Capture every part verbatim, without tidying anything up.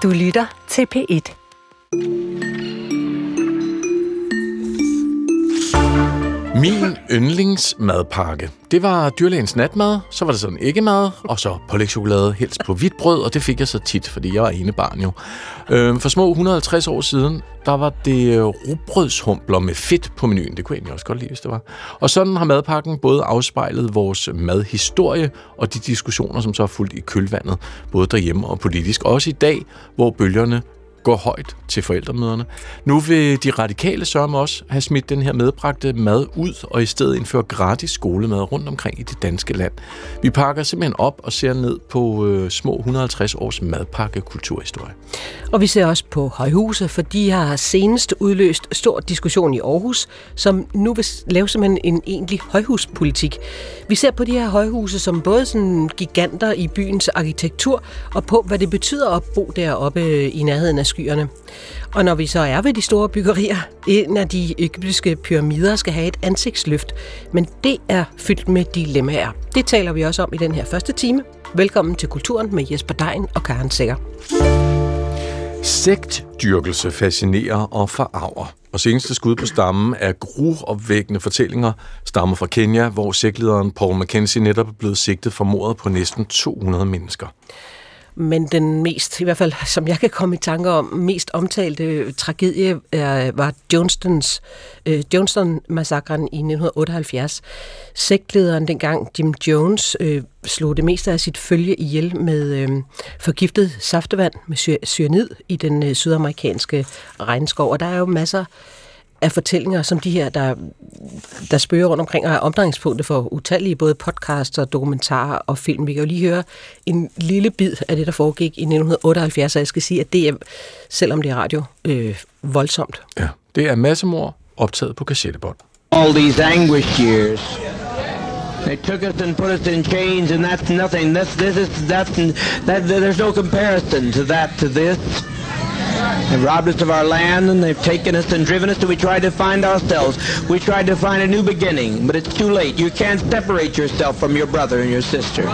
Du lytter til P et. Min yndlingsmadpakke, det var dyrlægens natmad, så var det sådan ikke mad, og så pålægschokolade, helst på hvidt brød, og det fik jeg så tit, fordi jeg var enebarn jo. For små et hundrede og halvtreds år siden, der var det rugbrødshumpler med fedt på menuen. Det kunne jeg egentlig også godt lide, hvis det var. Og sådan har madpakken både afspejlet vores madhistorie og de diskussioner, som så er fulgt i kølvandet, både derhjemme og politisk. Også i dag, hvor bølgerne går højt til forældremøderne. Nu vil de radikale sørme også have smidt den her medbragte mad ud, og i stedet indføre gratis skolemad rundt omkring i det danske land. Vi pakker simpelthen op og ser ned på øh, små et hundrede og halvtreds års madpakke-kulturhistorie. Og vi ser også på højhuse, for de har senest udløst stor diskussion i Aarhus, som nu vil lave simpelthen en egentlig højhuspolitik. Vi ser på de her højhuse som både sådan giganter i byens arkitektur, og på, hvad det betyder at bo deroppe i nærheden af skyerne. Og når vi så er ved de store byggerier, en af de egyptiske pyramider skal have et ansigtsløft, men det er fyldt med dilemmaer. Det taler vi også om i den her første time. Velkommen til Kulturen med Jesper Dein og Karen Secher. Sektdyrkelse fascinerer og forarver. Og seneste skud på stammen er gruopvækkende fortællinger stammer fra Kenya, hvor sektlederen Paul Mackenzie netop er blevet sigtet for mordet på næsten to hundrede mennesker. Men den mest, i hvert fald som jeg kan komme i tanke om, mest omtalte tragedie øh, var Johnstons, øh, Johnston-massakren i nitten otteoghalvfjerds. Sektlederen dengang, Jim Jones, øh, slog det meste af sit følge ihjel med øh, forgiftet saftevand med cyanid i den øh, sydamerikanske regnskov. Og der er jo masser af fortællinger som de her, der, der spørger rundt omkring og er omdrejningspunktet for utallige både podcasts og dokumentarer og film. Vi kan jo lige høre en lille bid af det, der foregik i nitten otteoghalvfjerds, og jeg skal sige, at det er, selvom det er radio, øh, voldsomt. Ja, det er massemord optaget på kassettebånd. All these anguished years. They took us and put us in chains, and that's nothing. That's, this is, that's, that, there's no comparison to that, to this. They've robbed us of our land, and they've taken us and driven us till we tried to find ourselves. We tried to find a new beginning, but it's too late. You can't separate yourself from your brother and your sister.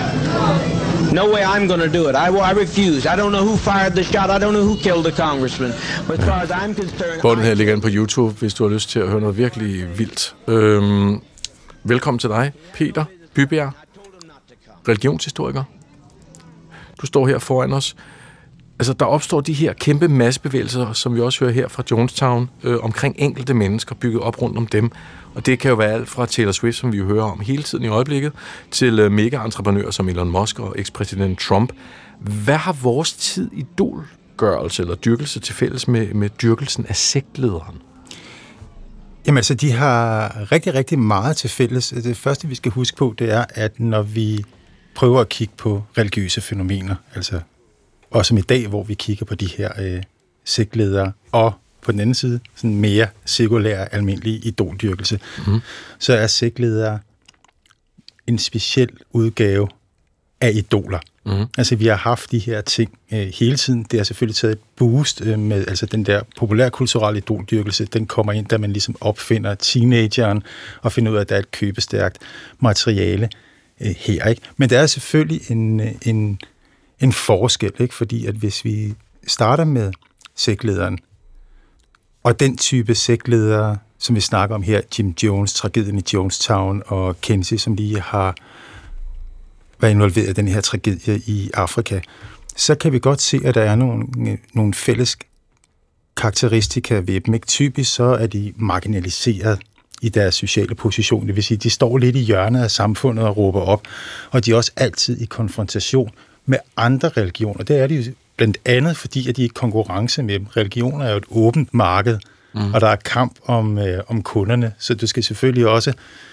No way I'm going to do it. I, I refuse. I don't know who fired the shot. I don't know who killed the congressman. But as far as I'm concerned... Bånden her ligger inde på YouTube, hvis du har lyst til at høre noget virkelig vildt. Øhm, velkommen til dig, Peter Bybjerg, religionshistoriker. Du står her foran os. Altså, der opstår de her kæmpe massebevægelser, som vi også hører her fra Jonestown, øh, omkring enkelte mennesker bygget op rundt om dem. Og det kan jo være alt fra Taylor Swift, som vi jo hører om hele tiden i øjeblikket, til øh, mega-entreprenører som Elon Musk og ekspræsident Trump. Hvad har vores tid idolgørelse eller dyrkelse til fælles med, med dyrkelsen af sektlederen? Jamen altså, de har rigtig, rigtig meget til fælles. Det første, vi skal huske på, det er, at når vi prøver at kigge på religiøse fænomener, altså og som i dag, hvor vi kigger på de her øh, sektledere, og på den anden side, sådan mere sekulære, almindelige idoldyrkelse, mm. så er sektledere en speciel udgave af idoler. Mm. Altså, vi har haft de her ting øh, hele tiden. Det har selvfølgelig taget et boost øh, med altså den der populærkulturelle idoldyrkelse. Den kommer ind, da man ligesom opfinder teenageren og finder ud af, at der er et købestærkt materiale øh, her, ikke? Men der er selvfølgelig en... en En forskel, ikke? Fordi at hvis vi starter med sektlederen, og den type sektledere, som vi snakker om her, Jim Jones, tragedien i Jonestown, og Kenzie, som lige har været involveret i den her tragedie i Afrika, så kan vi godt se, at der er nogle, nogle fælles karakteristika ved dem. Ikke? Typisk så er de marginaliseret i deres sociale position. Det vil sige, de står lidt i hjørnet af samfundet og råber op, og de er også altid i konfrontation med andre religioner. Det er de jo blandt andet, fordi at de er i konkurrence med dem. Religioner er jo et åbent marked, mm. og der er kamp om, øh, om kunderne, så du skal selvfølgelig også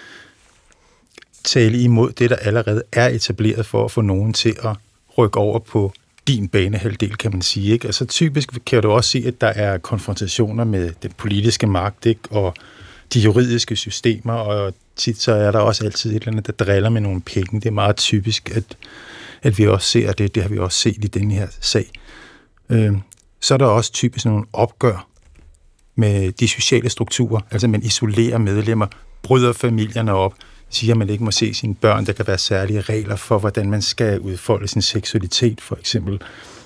tale imod det, der allerede er etableret for at få nogen til at rykke over på din banehalvdel, kan man sige. Ikke? Altså typisk kan du også se, at der er konfrontationer med den politiske magt, ikke? Og de juridiske systemer, og tit så er der også altid et eller andet, der driller med nogle penge. Det er meget typisk, at at vi også ser det, det har vi også set i den her sag. Øh, så er der også typisk nogle opgør med de sociale strukturer, altså man isolerer medlemmer, bryder familierne op, siger, at man ikke må se sine børn, der kan være særlige regler for, hvordan man skal udfolde sin seksualitet, for eksempel.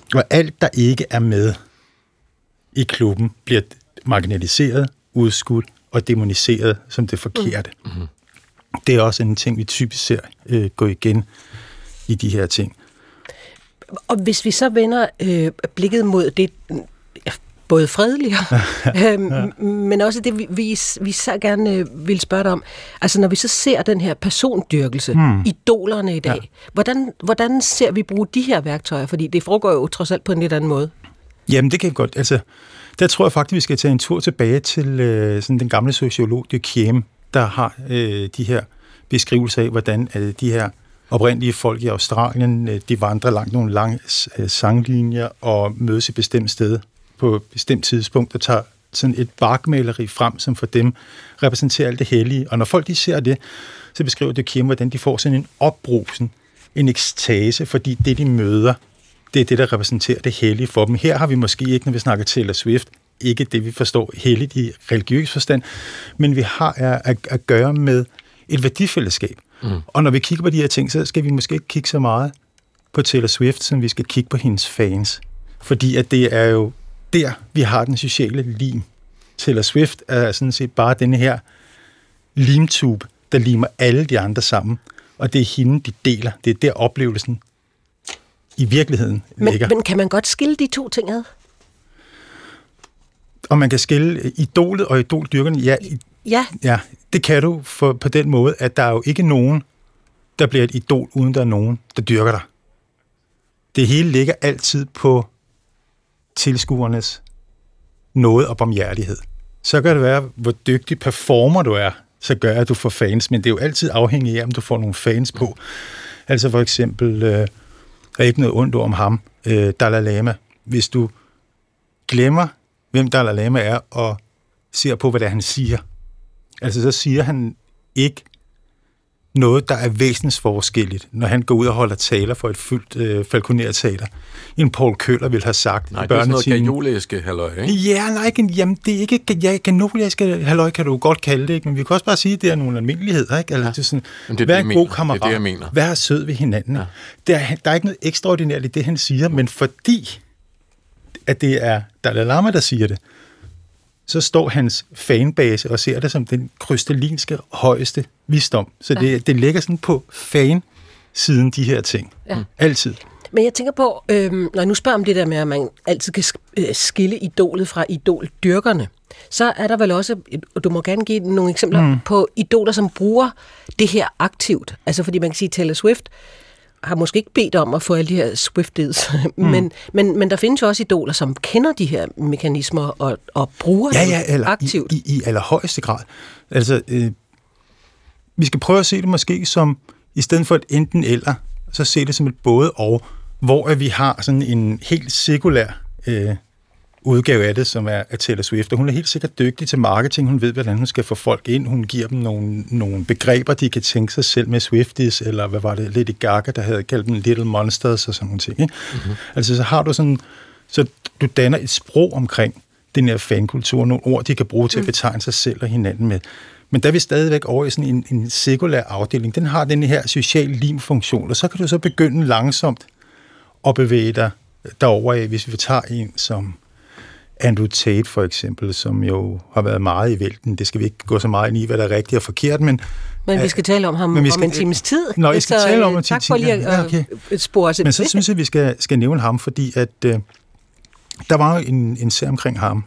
Og alt, der ikke er med i klubben, bliver marginaliseret, udskudt og demoniseret som det forkerte. Mm-hmm. Det er også en ting, vi typisk ser øh, gå igen i de her ting. Og hvis vi så vender øh, blikket mod det både fredelige, øh, men også det, vi, vi, vi så gerne øh, vil spørge dig om. Altså, når vi så ser den her persondyrkelse, hmm. idolerne i dag, ja. hvordan, hvordan ser vi bruge de her værktøjer? Fordi det foregår jo trods alt på en lidt anden måde. Jamen, det kan vi godt. Altså, der tror jeg faktisk, vi skal tage en tur tilbage til øh, sådan den gamle sociolog Durkheim, der har øh, de her beskrivelser af, hvordan øh, de her oprindelige folk i Australien, øh, de vandrer langt nogle lange øh, sanglinjer og mødes i et bestemt sted på et bestemt tidspunkt, og tager sådan et barkmaleri frem, som for dem repræsenterer alt det hellige. Og når folk de ser det, så beskriver Durkheim, hvordan de får sådan en opbrusen, en ekstase, fordi det, de møder, det er det, der repræsenterer det hellige for dem. Her har vi måske ikke, når vi snakker Taylor Swift, ikke det, vi forstår helligt i religiøs forstand, men vi har at, at, at gøre med et værdifællesskab. Mm. Og når vi kigger på de her ting, så skal vi måske ikke kigge så meget på Taylor Swift, som vi skal kigge på hendes fans. Fordi at det er jo der, vi har den sociale lim. Taylor Swift er sådan set bare denne her limtube, der limer alle de andre sammen. Og det er hende, de deler. Det er der oplevelsen i virkeligheden ligger. Men, men kan man godt skille de to ting ad? Og man kan skille idolet og idoldyrkerne. Ja, ja. ja, det kan du for, på den måde, at der er jo ikke nogen, der bliver et idol, uden der er nogen, der dyrker dig. Det hele ligger altid på tilskuernes nåde og barmhjertighed. Så kan det være, hvor dygtig performer du er, så gør at du får fans, men det er jo altid afhængigt af, om du får nogle fans på. Altså for eksempel, øh, der er ikke noget ondt om ham, øh, Dalai Lama. Hvis du glemmer, hvem Dalai Lama er, og ser på, hvad det er, han siger, altså så siger han ikke noget, der er væsensforskelligt, når han går ud og holder taler for et fyldt øh, falconeret taler. En Paul Køller ville have sagt. Nej, det er sådan noget gajolæske halløj, ikke? Ja, nej, jamen det er ikke ja, gajolæske halløj, kan du godt kalde det, ikke? Men vi kan også bare sige, at det er nogle almindeligheder, ikke? Altså, ja. det er sådan, det er vær det, god kammerat, det er det, jeg mener. Vær sød ved hinanden. Ja. Der, er, der er ikke noget ekstraordinært i det, han siger, men fordi at det er Dalai Lama, der siger det, så står hans fanbase og ser det som den krystallinske højeste visdom. Så det, ja. det ligger sådan på fan-siden, de her ting. Ja. Altid. Men jeg tænker på, øh, når jeg nu spørger om det der med, at man altid kan skille idolet fra idoldyrkerne, så er der vel også, og du må gerne give nogle eksempler mm. på idoler, som bruger det her aktivt. Altså fordi man kan sige, Taylor Swift har måske ikke bedt om at få alle de her Swifties, mm. men, men, men der findes jo også idoler, som kender de her mekanismer og, og bruger ja, ja, eller, dem aktivt. I, i, i allerhøjeste grad. Altså, øh, vi skal prøve at se det måske som, i stedet for et enten eller, så se det som et både og, hvor vi har sådan en helt sekulær øh, udgave af det, som er af Taylor Swift. Og hun er helt sikkert dygtig til marketing. Hun ved, hvordan hun skal få folk ind. Hun giver dem nogle, nogle begreber, de kan tænke sig selv med Swifties, eller hvad var det, Lady Gaga, der havde kaldt dem Little Monsters og sådan nogle ting. Ikke? Mm-hmm. Altså, så har du sådan, så du danner et sprog omkring den her fankultur, nogle ord, de kan bruge til at betegne sig selv og hinanden med. Men der er vi stadigvæk over i sådan en, en sekulær afdeling. Den har den her social limfunktion, og så kan du så begynde langsomt at bevæge dig derover af, hvis vi tager en som Andrew Tate for eksempel, som jo har været meget i vælten. Det skal vi ikke gå så meget ind i, hvad der er rigtigt og forkert, men... Men vi skal tale om ham om skal, en times tid. Nå, vi skal så, tale om en times tid. Tak for lige at ja, okay. spore os. Men så synes jeg, vi skal, skal nævne ham, fordi at øh, der var jo en, en sag omkring ham,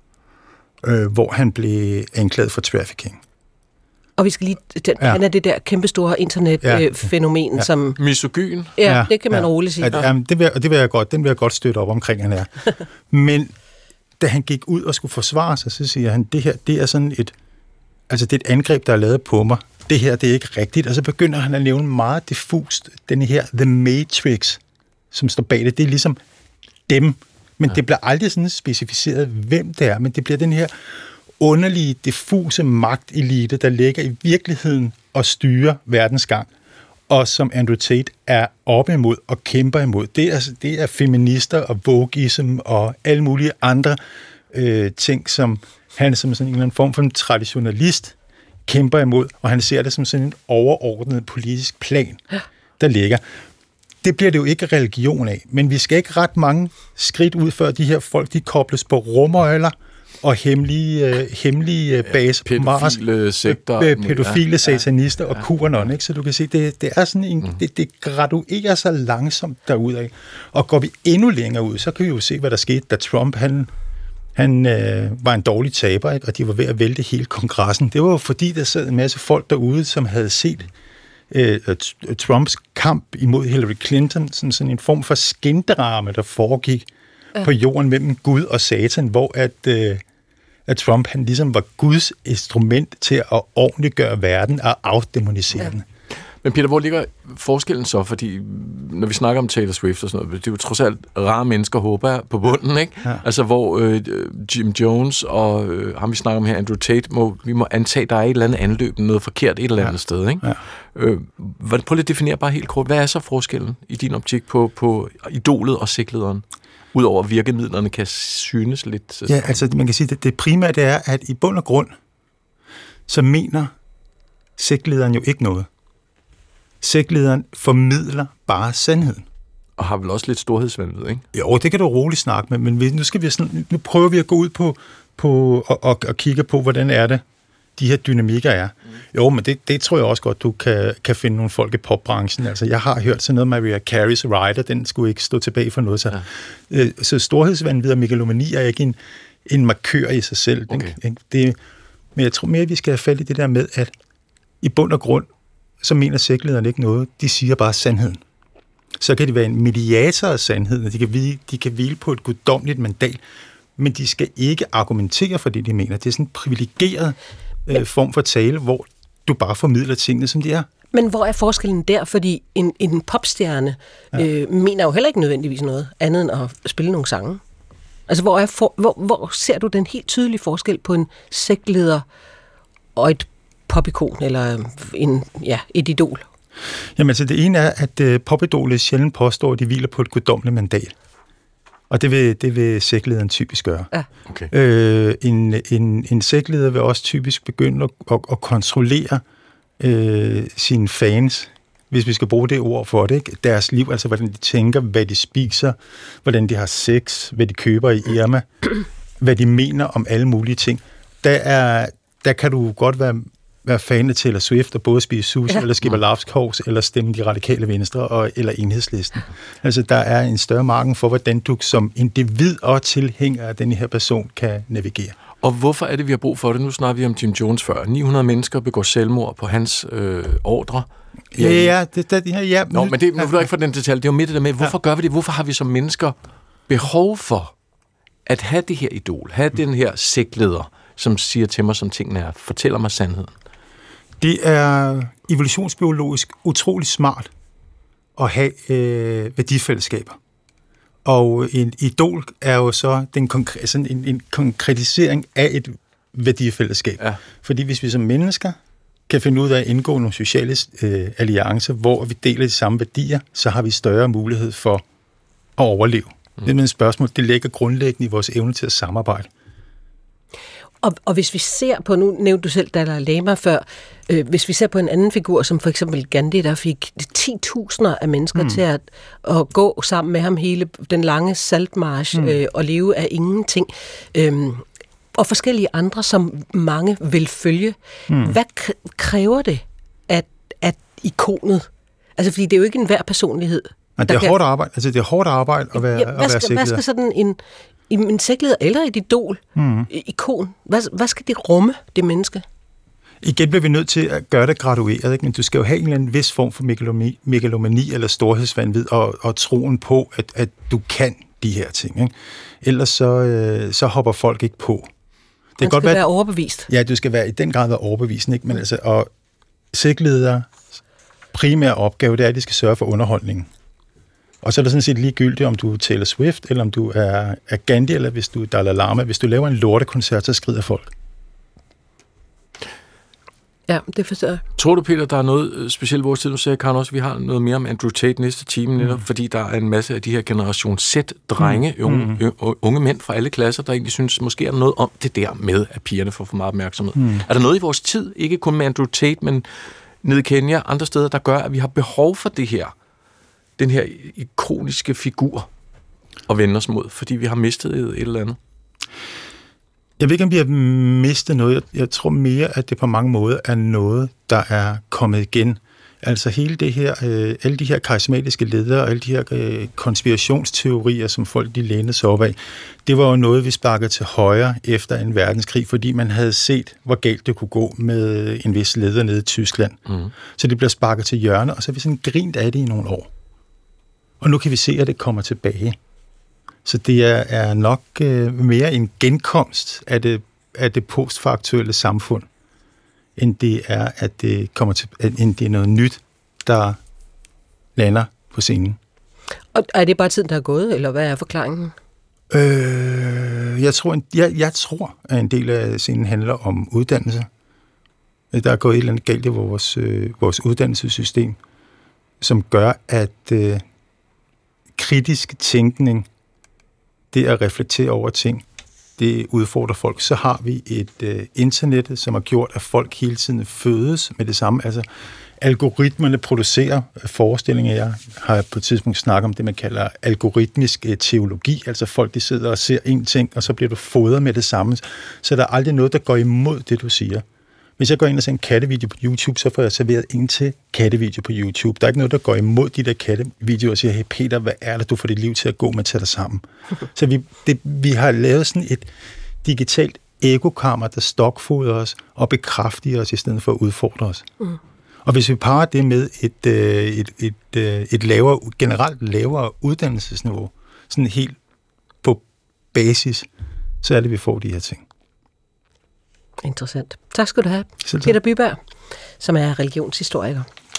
øh, hvor han blev anklaget for trafficking. Og vi skal lige... Den, ja. Han er det der kæmpestore internetfænomen, ja. ja. som... Misogyn. Ja, ja, det kan man ja. roligt sige. Ja, det vil, det vil jeg godt, den vil jeg godt støtte op omkring, han er. Men da han gik ud og skulle forsvare sig, så siger han, det her, det er sådan et... Altså, det er et angreb, der er lavet på mig. Det her, det er ikke rigtigt. Og så begynder han at nævne meget diffust, den her The Matrix, som står bag det. Det er ligesom dem. Men ja. det bliver aldrig sådan specificeret, hvem det er. Men det bliver den her underlige, diffuse magtelite, der ligger i virkeligheden og styrer verdens gang, og som Andrew Tate er op imod og kæmper imod. Det er, det er feminister og voguism og alle mulige andre øh, ting, som han som sådan en eller anden form for en traditionalist kæmper imod, og han ser det som sådan en overordnet politisk plan, der ligger. det bliver det jo ikke religion af, men vi skal ikke ret mange skridt ud, før de her folk, de kobles på rumøjler og hemmelige, øh, hemmelige øh, baser på Mars. Pædofile sekter. Øh, pædofile ja, satanister ja, og QAnon, ikke? Så du kan se, det, det er sådan en, mm. det, det graduerer så langsomt derudad. Og går vi endnu længere ud, så kan vi jo se, hvad der skete, da Trump, han, han øh, var en dårlig taber, ikke? Og de var ved at vælte hele kongressen. Det var jo fordi, der sad en masse folk derude, som havde set øh, Trumps kamp imod Hillary Clinton, sådan, sådan en form for skænderame, der foregik ja. på jorden mellem Gud og Satan, hvor at, øh, at Trump han ligesom var Guds instrument til at ordentliggøre verden og afdemonisere ja. den. Men Peter, hvor ligger forskellen så? Fordi når vi snakker om Taylor Swift og sådan noget, det er jo trods alt rare mennesker, håber jeg, på bunden, ikke? Ja. Altså hvor øh, Jim Jones og øh, ham vi snakker om her, Andrew Tate, må, vi må antage, der er et eller andet anløb, noget forkert et eller andet ja. sted, ikke? Ja. Øh, prøv lige at definere bare helt kort, hvad er så forskellen i din optik på, på idolet og sektlederen? Udover virkemidlerne kan synes lidt... Ja, altså man kan sige, at det primære det er, at i bund og grund, så mener sektlederen jo ikke noget. Sektlederen formidler bare sandheden. Og har vel også lidt storhedsvanvid, ikke? Jo, det kan du roligt snakke med, men nu, skal vi sådan, nu prøver vi at gå ud på, på og, og, og kigge på, hvordan er det, de her dynamikker er. Mm. Jo, men det, det tror jeg også godt, du kan, kan finde nogle folk i popbranchen. Altså, jeg har hørt sådan noget, Mariah Carey's Rider, den skulle ikke stå tilbage for noget. Så, ja. øh, så storhedsvanvid og megalomani er ikke en, en markør i sig selv. Okay. Den, det, men jeg tror mere, at vi skal have fat i det der med, at i bund og grund, så mener sektlederne ikke noget. De siger bare sandheden. Så kan de være en mediator af sandheden, de kan, hvile, de kan hvile på et guddommeligt mandat, men de skal ikke argumentere for det, de mener. Det er sådan en privilegeret øh, form for tale, hvor du bare formidler tingene, som de er. Men hvor er forskellen der? Fordi en, en popstjerne ja. øh, mener jo heller ikke nødvendigvis noget andet end at spille nogle sange. Altså, hvor, er for, hvor, hvor ser du den helt tydelige forskel på en sektleder og et popikon, eller en, ja, et idol? Jamen altså, det ene er, at uh, popidolet sjældent påstår, at de hviler på et guddommeligt mandat. Og det vil, det vil sektlederen typisk gøre. Ja. Okay. Øh, en, en, en sektleder vil også typisk begynde at, at, at kontrollere øh, sine fans, hvis vi skal bruge det ord for det, ikke? Deres liv, altså hvordan de tænker, hvad de spiser, hvordan de har sex, hvad de køber i Irma, hvad de mener om alle mulige ting. Der, er, der kan du godt være være fan af Taylor Swift og både spise sushi, ja. eller skipper lapskaus, eller stemme de radikale venstre, og, eller enhedslisten. Altså, der er en større marken for, hvordan du som individ og tilhænger af den her person kan navigere. Og hvorfor er det, vi har brug for det? Nu snakker vi om Jim Jones før. ni hundrede mennesker begår selvmord på hans øh, ordre. Ja, ja, det, det, ja, ja. Nå, men det, nu vil du ikke få den detalje. Det er jo midt i det med, hvorfor ja. gør vi det? Hvorfor har vi som mennesker behov for at have det her idol, have mm. den her sektleder, som siger til mig, som tingene er, fortæller mig sandheden? Det er evolutionsbiologisk utrolig smart at have øh, værdifællesskaber. Og en idol er jo så den konkre- sådan en, en konkretisering af et værdifællesskab. Ja. Fordi hvis vi som mennesker kan finde ud af at indgå nogle sociale øh, alliancer, hvor vi deler de samme værdier, så har vi større mulighed for at overleve. Mm. Det er et spørgsmål, det ligger grundlæggende i vores evne til at samarbejde. Og, og hvis vi ser på, nu nævnte du selv Dalai Lama før, øh, hvis vi ser på en anden figur, som for eksempel Gandhi, der fik ti tusinder af mennesker mm. til at, at gå sammen med ham hele den lange saltmarch mm. øh, og leve af ingenting, øhm, og forskellige andre, som mange vil følge. Mm. Hvad kræver det, at, at ikonet, altså fordi det er jo ikke enhver personlighed. Men det er kan, hårdt arbejde, altså det er hårdt arbejde at være, ja, hvad, skal, at være hvad skal sådan en en sektleder eller et idol, mm. ikon, hvad, hvad skal det rumme, det menneske? Igen bliver vi nødt til at gøre det gradueret, ikke? Men du skal jo have en eller anden vis form for megalomani, megalomani eller storhedsvanvid og, og troen på, at, at du kan de her ting. Ikke? Ellers så, øh, så hopper folk ikke på. Det Man godt skal være, være overbevist. Ja, du skal være i den grad være overbevist. Ikke? Men altså, og sektleders primære opgave, det er, at de skal sørge for underholdningen. Og så er det sådan set ligegyldigt, om du er Taylor Swift, eller om du er, er Gandhi, eller hvis du er Dalai Lama. Hvis du laver en lortekoncert, så skrider folk. Ja, det forstår jeg. Tror du, Peter, der er noget specielt i vores tid? Nu sagde Karen også, at vi har noget mere om Andrew Tate næste time, netop, mm. fordi der er en masse af de her generation Z-drenge, mm. unge, mm. unge mænd fra alle klasser, der egentlig synes, måske er noget om det der med, at pigerne får for meget opmærksomhed. Mm. Er der noget i vores tid, ikke kun med Andrew Tate, men nede i Kenya, andre steder, der gør, at vi har behov for det her den her ikoniske figur at vende os mod, fordi vi har mistet et, et eller andet? Jeg ved ikke, om vi har mistet noget. Jeg, jeg tror mere, at det på mange måder er noget, der er kommet igen. Altså hele det her, øh, alle de her karismatiske ledere, og alle de her øh, konspirationsteorier, som folk de lænede sig op af, det var jo noget, vi sparkede til højre efter en verdenskrig, fordi man havde set, hvor galt det kunne gå med en vis leder nede i Tyskland. Mm. Så det blev sparket til hjørne, og så har vi sådan grint af det i nogle år. Og nu kan vi se, at det kommer tilbage. Så det er, er nok øh, mere en genkomst af det, af det postfaktuelle samfund, end det er, at det kommer til, end det er noget nyt, der lander på scenen. Og er det bare tiden, der er gået, eller hvad er forklaringen? Øh, jeg, tror, en, jeg, jeg tror, at en del af scenen handler om uddannelse. Der er gået et eller andet galt i vores, øh, vores uddannelsessystem, som gør, at øh, kritisk tænkning, det at reflektere over ting, det udfordrer folk. Så har vi et øh, internet, som har gjort, at folk hele tiden fødes med det samme. Altså, algoritmerne producerer forestillinger. Jeg har på et tidspunkt snakket om det, man kalder algoritmisk øh, teologi. Altså folk, de sidder og ser en ting, og så bliver du fodret med det samme. Så der er aldrig noget, der går imod det, du siger. Hvis jeg går ind og ser en kattevideo på YouTube, så får jeg serveret en til kattevideo på YouTube. Der er ikke noget, der går imod de der kattevideoer og siger, hey Peter, hvad er det, du får dit liv til at gå med at tage dig sammen? Så vi, det, vi har lavet sådan et digitalt ekokammer, der stokfoder os og bekræfter os, i stedet for at udfordre os. Mm. Og hvis vi parer det med et, et, et, et, et lavere, generelt lavere uddannelsesniveau, sådan helt på basis, så er det, vi får de her ting. Interessant. Tak skal du have, Peter Byberg, som er religionshistoriker.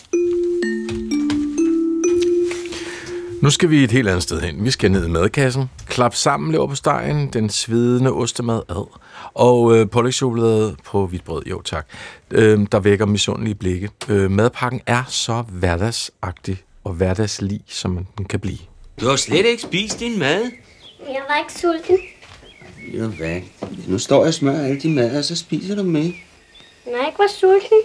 Nu skal vi et helt andet sted hen. Vi skal ned i madkassen, klap sammen leverpostejen, den svidende ostemad ad, og øh, pålægschokolade på hvidt brød. Jo, tak. Øh, der vækker misundelige blikke. Øh, madpakken er så hverdagsagtig og hverdagslig, som man kan blive. Du har slet ikke spist din mad. Jeg var ikke sulten. Jo, hvad? Nu står jeg og smører alle de mad, og så spiser du med. Når jeg ikke var sulten.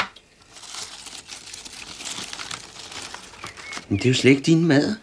Men det er jo slet ikke din mad.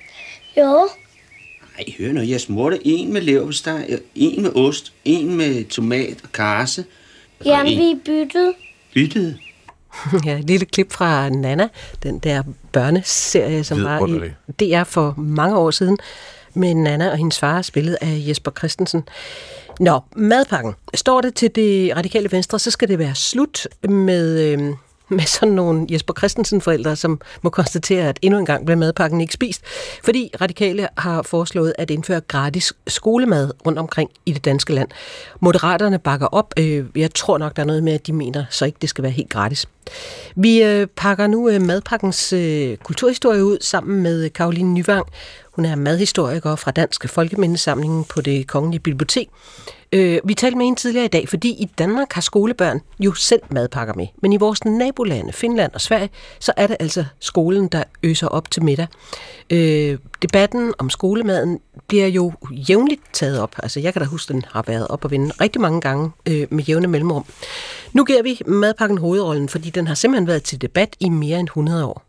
Jo. Nej, hør nu, jeg smurte en med leverpostej, en med ost, en med tomat og karse. Jamen, vi byttede. Byttede? Ja, et lille klip fra Nana, den der børneserie, som var i D R for mange år siden, med Nana og hendes far, spillet af Jesper Christensen. Nå, madpakken. Står det til det radikale venstre, så skal det være slut med, øh, med sådan nogle Jesper Christensen-forældre, som må konstatere, at endnu en gang bliver madpakken ikke spist, fordi radikale har foreslået at indføre gratis skolemad rundt omkring i det danske land. Moderaterne bakker op. Øh, jeg tror nok, der er noget med, at de mener, så ikke det skal være helt gratis. Vi øh, pakker nu øh, madpakkens øh, kulturhistorie ud sammen med Caroline Nyvang. Hun er madhistoriker fra Dansk Folkemindesamlingen på Det Kongelige Bibliotek. Øh, vi talte med hende tidligere i dag, fordi i Danmark har skolebørn jo selv madpakker med. Men i vores nabolande, Finland og Sverige, så er det altså skolen, der øser op til middag. Øh, debatten om skolemaden bliver jo jævnligt taget op. Altså jeg kan da huske, den har været op og vende rigtig mange gange øh, med jævne mellemrum. Nu giver vi madpakken hovedrollen, fordi den har simpelthen været til debat i mere end hundrede år.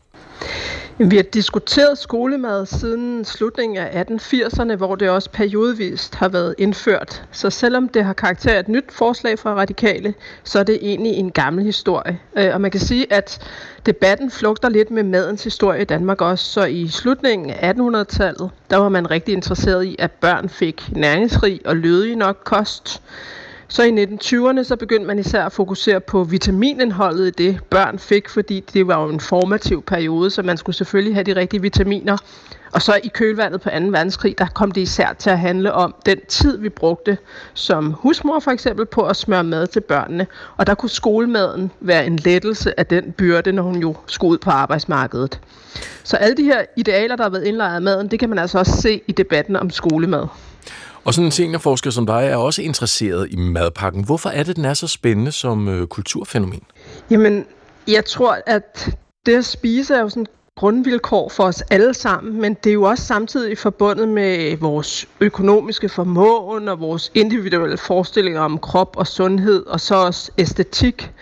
Vi har diskuteret skolemad siden slutningen af atten firserne, hvor det også periodevist har været indført. Så selvom det har karakter af et nyt forslag fra radikale, så er det egentlig en gammel historie. Og man kan sige, at debatten flugter lidt med madens historie i Danmark også. Så i slutningen af attenhundredetallet, der var man rigtig interesseret i, at børn fik næringsrig og lødig nok kost. Så i nitten tyverne så begyndte man især at fokusere på vitaminindholdet i det, børn fik, fordi det var jo en formativ periode, så man skulle selvfølgelig have de rigtige vitaminer. Og så i kølvandet på anden verdenskrig, der kom det især til at handle om den tid, vi brugte som husmor for eksempel på at smøre mad til børnene. Og der kunne skolemaden være en lettelse af den byrde, når hun jo skulle ud på arbejdsmarkedet. Så alle de her idealer, der har været indlejret af maden, det kan man altså også se i debatten om skolemad. Og sådan en seniorforsker som dig er også interesseret i madpakken. Hvorfor er det, den er så spændende som øh, kulturfænomen? Jamen, jeg tror, at det at spise er jo sådan et grundvilkår for os alle sammen, men det er jo også samtidig forbundet med vores økonomiske formåen og vores individuelle forestillinger om krop og sundhed, og så også æstetik.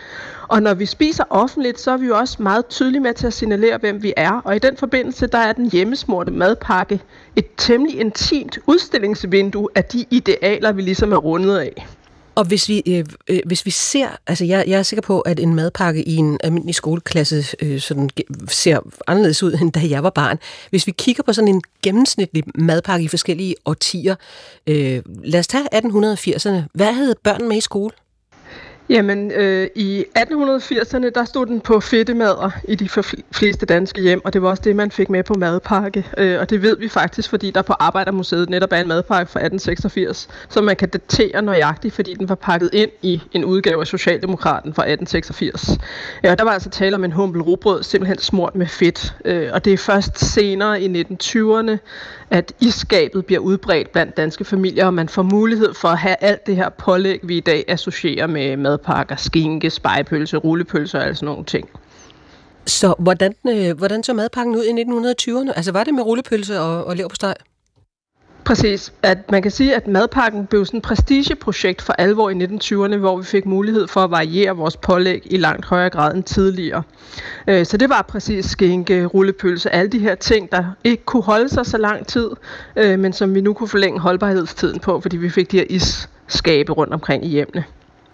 Og når vi spiser offentligt, så er vi jo også meget tydelige med til at signalere, hvem vi er. Og i den forbindelse, der er den hjemmesmurte madpakke et temmelig intimt udstillingsvindue af de idealer, vi ligesom er rundet af. Og hvis vi, øh, øh, hvis vi ser, altså jeg, jeg er sikker på, at en madpakke i en almindelig skoleklasse øh, sådan, ser anderledes ud, end da jeg var barn. Hvis vi kigger på sådan en gennemsnitlig madpakke i forskellige årtier, øh, lad os tage atten firserne. Hvad havde børn med i skole? Jamen, øh, i atten firserne, der stod den på fedtemader i de fleste danske hjem, og det var også det, man fik med på madpakke. Øh, og det ved vi faktisk, fordi der på Arbejdermuseet netop er en madpakke fra atten seksogfirs, som man kan datere nøjagtigt, fordi den var pakket ind i en udgave af Socialdemokraten fra atten seksogfirs. Ja, og der var altså tale om en humpel rugbrød, simpelthen smurt med fedt. Øh, og det er først senere i nitten tyverne, at isskabet bliver udbredt blandt danske familier, og man får mulighed for at have alt det her pålæg, vi i dag associerer med madpakker, skinke, spegepølse, rullepølse og alle sådan nogle ting. Så hvordan, øh, hvordan så madpakken ud i nitten tyverne? Altså var det med rullepølse og, og leverpostej? Præcis. At man kan sige, at madpakken blev sådan et prestigeprojekt for alvor i nitten tyverne, hvor vi fik mulighed for at variere vores pålæg i langt højere grad end tidligere. Så det var præcis skinke, rullepølse, alle de her ting, der ikke kunne holde sig så lang tid, men som vi nu kunne forlænge holdbarhedstiden på, fordi vi fik de her isskabe rundt omkring i hjemmene.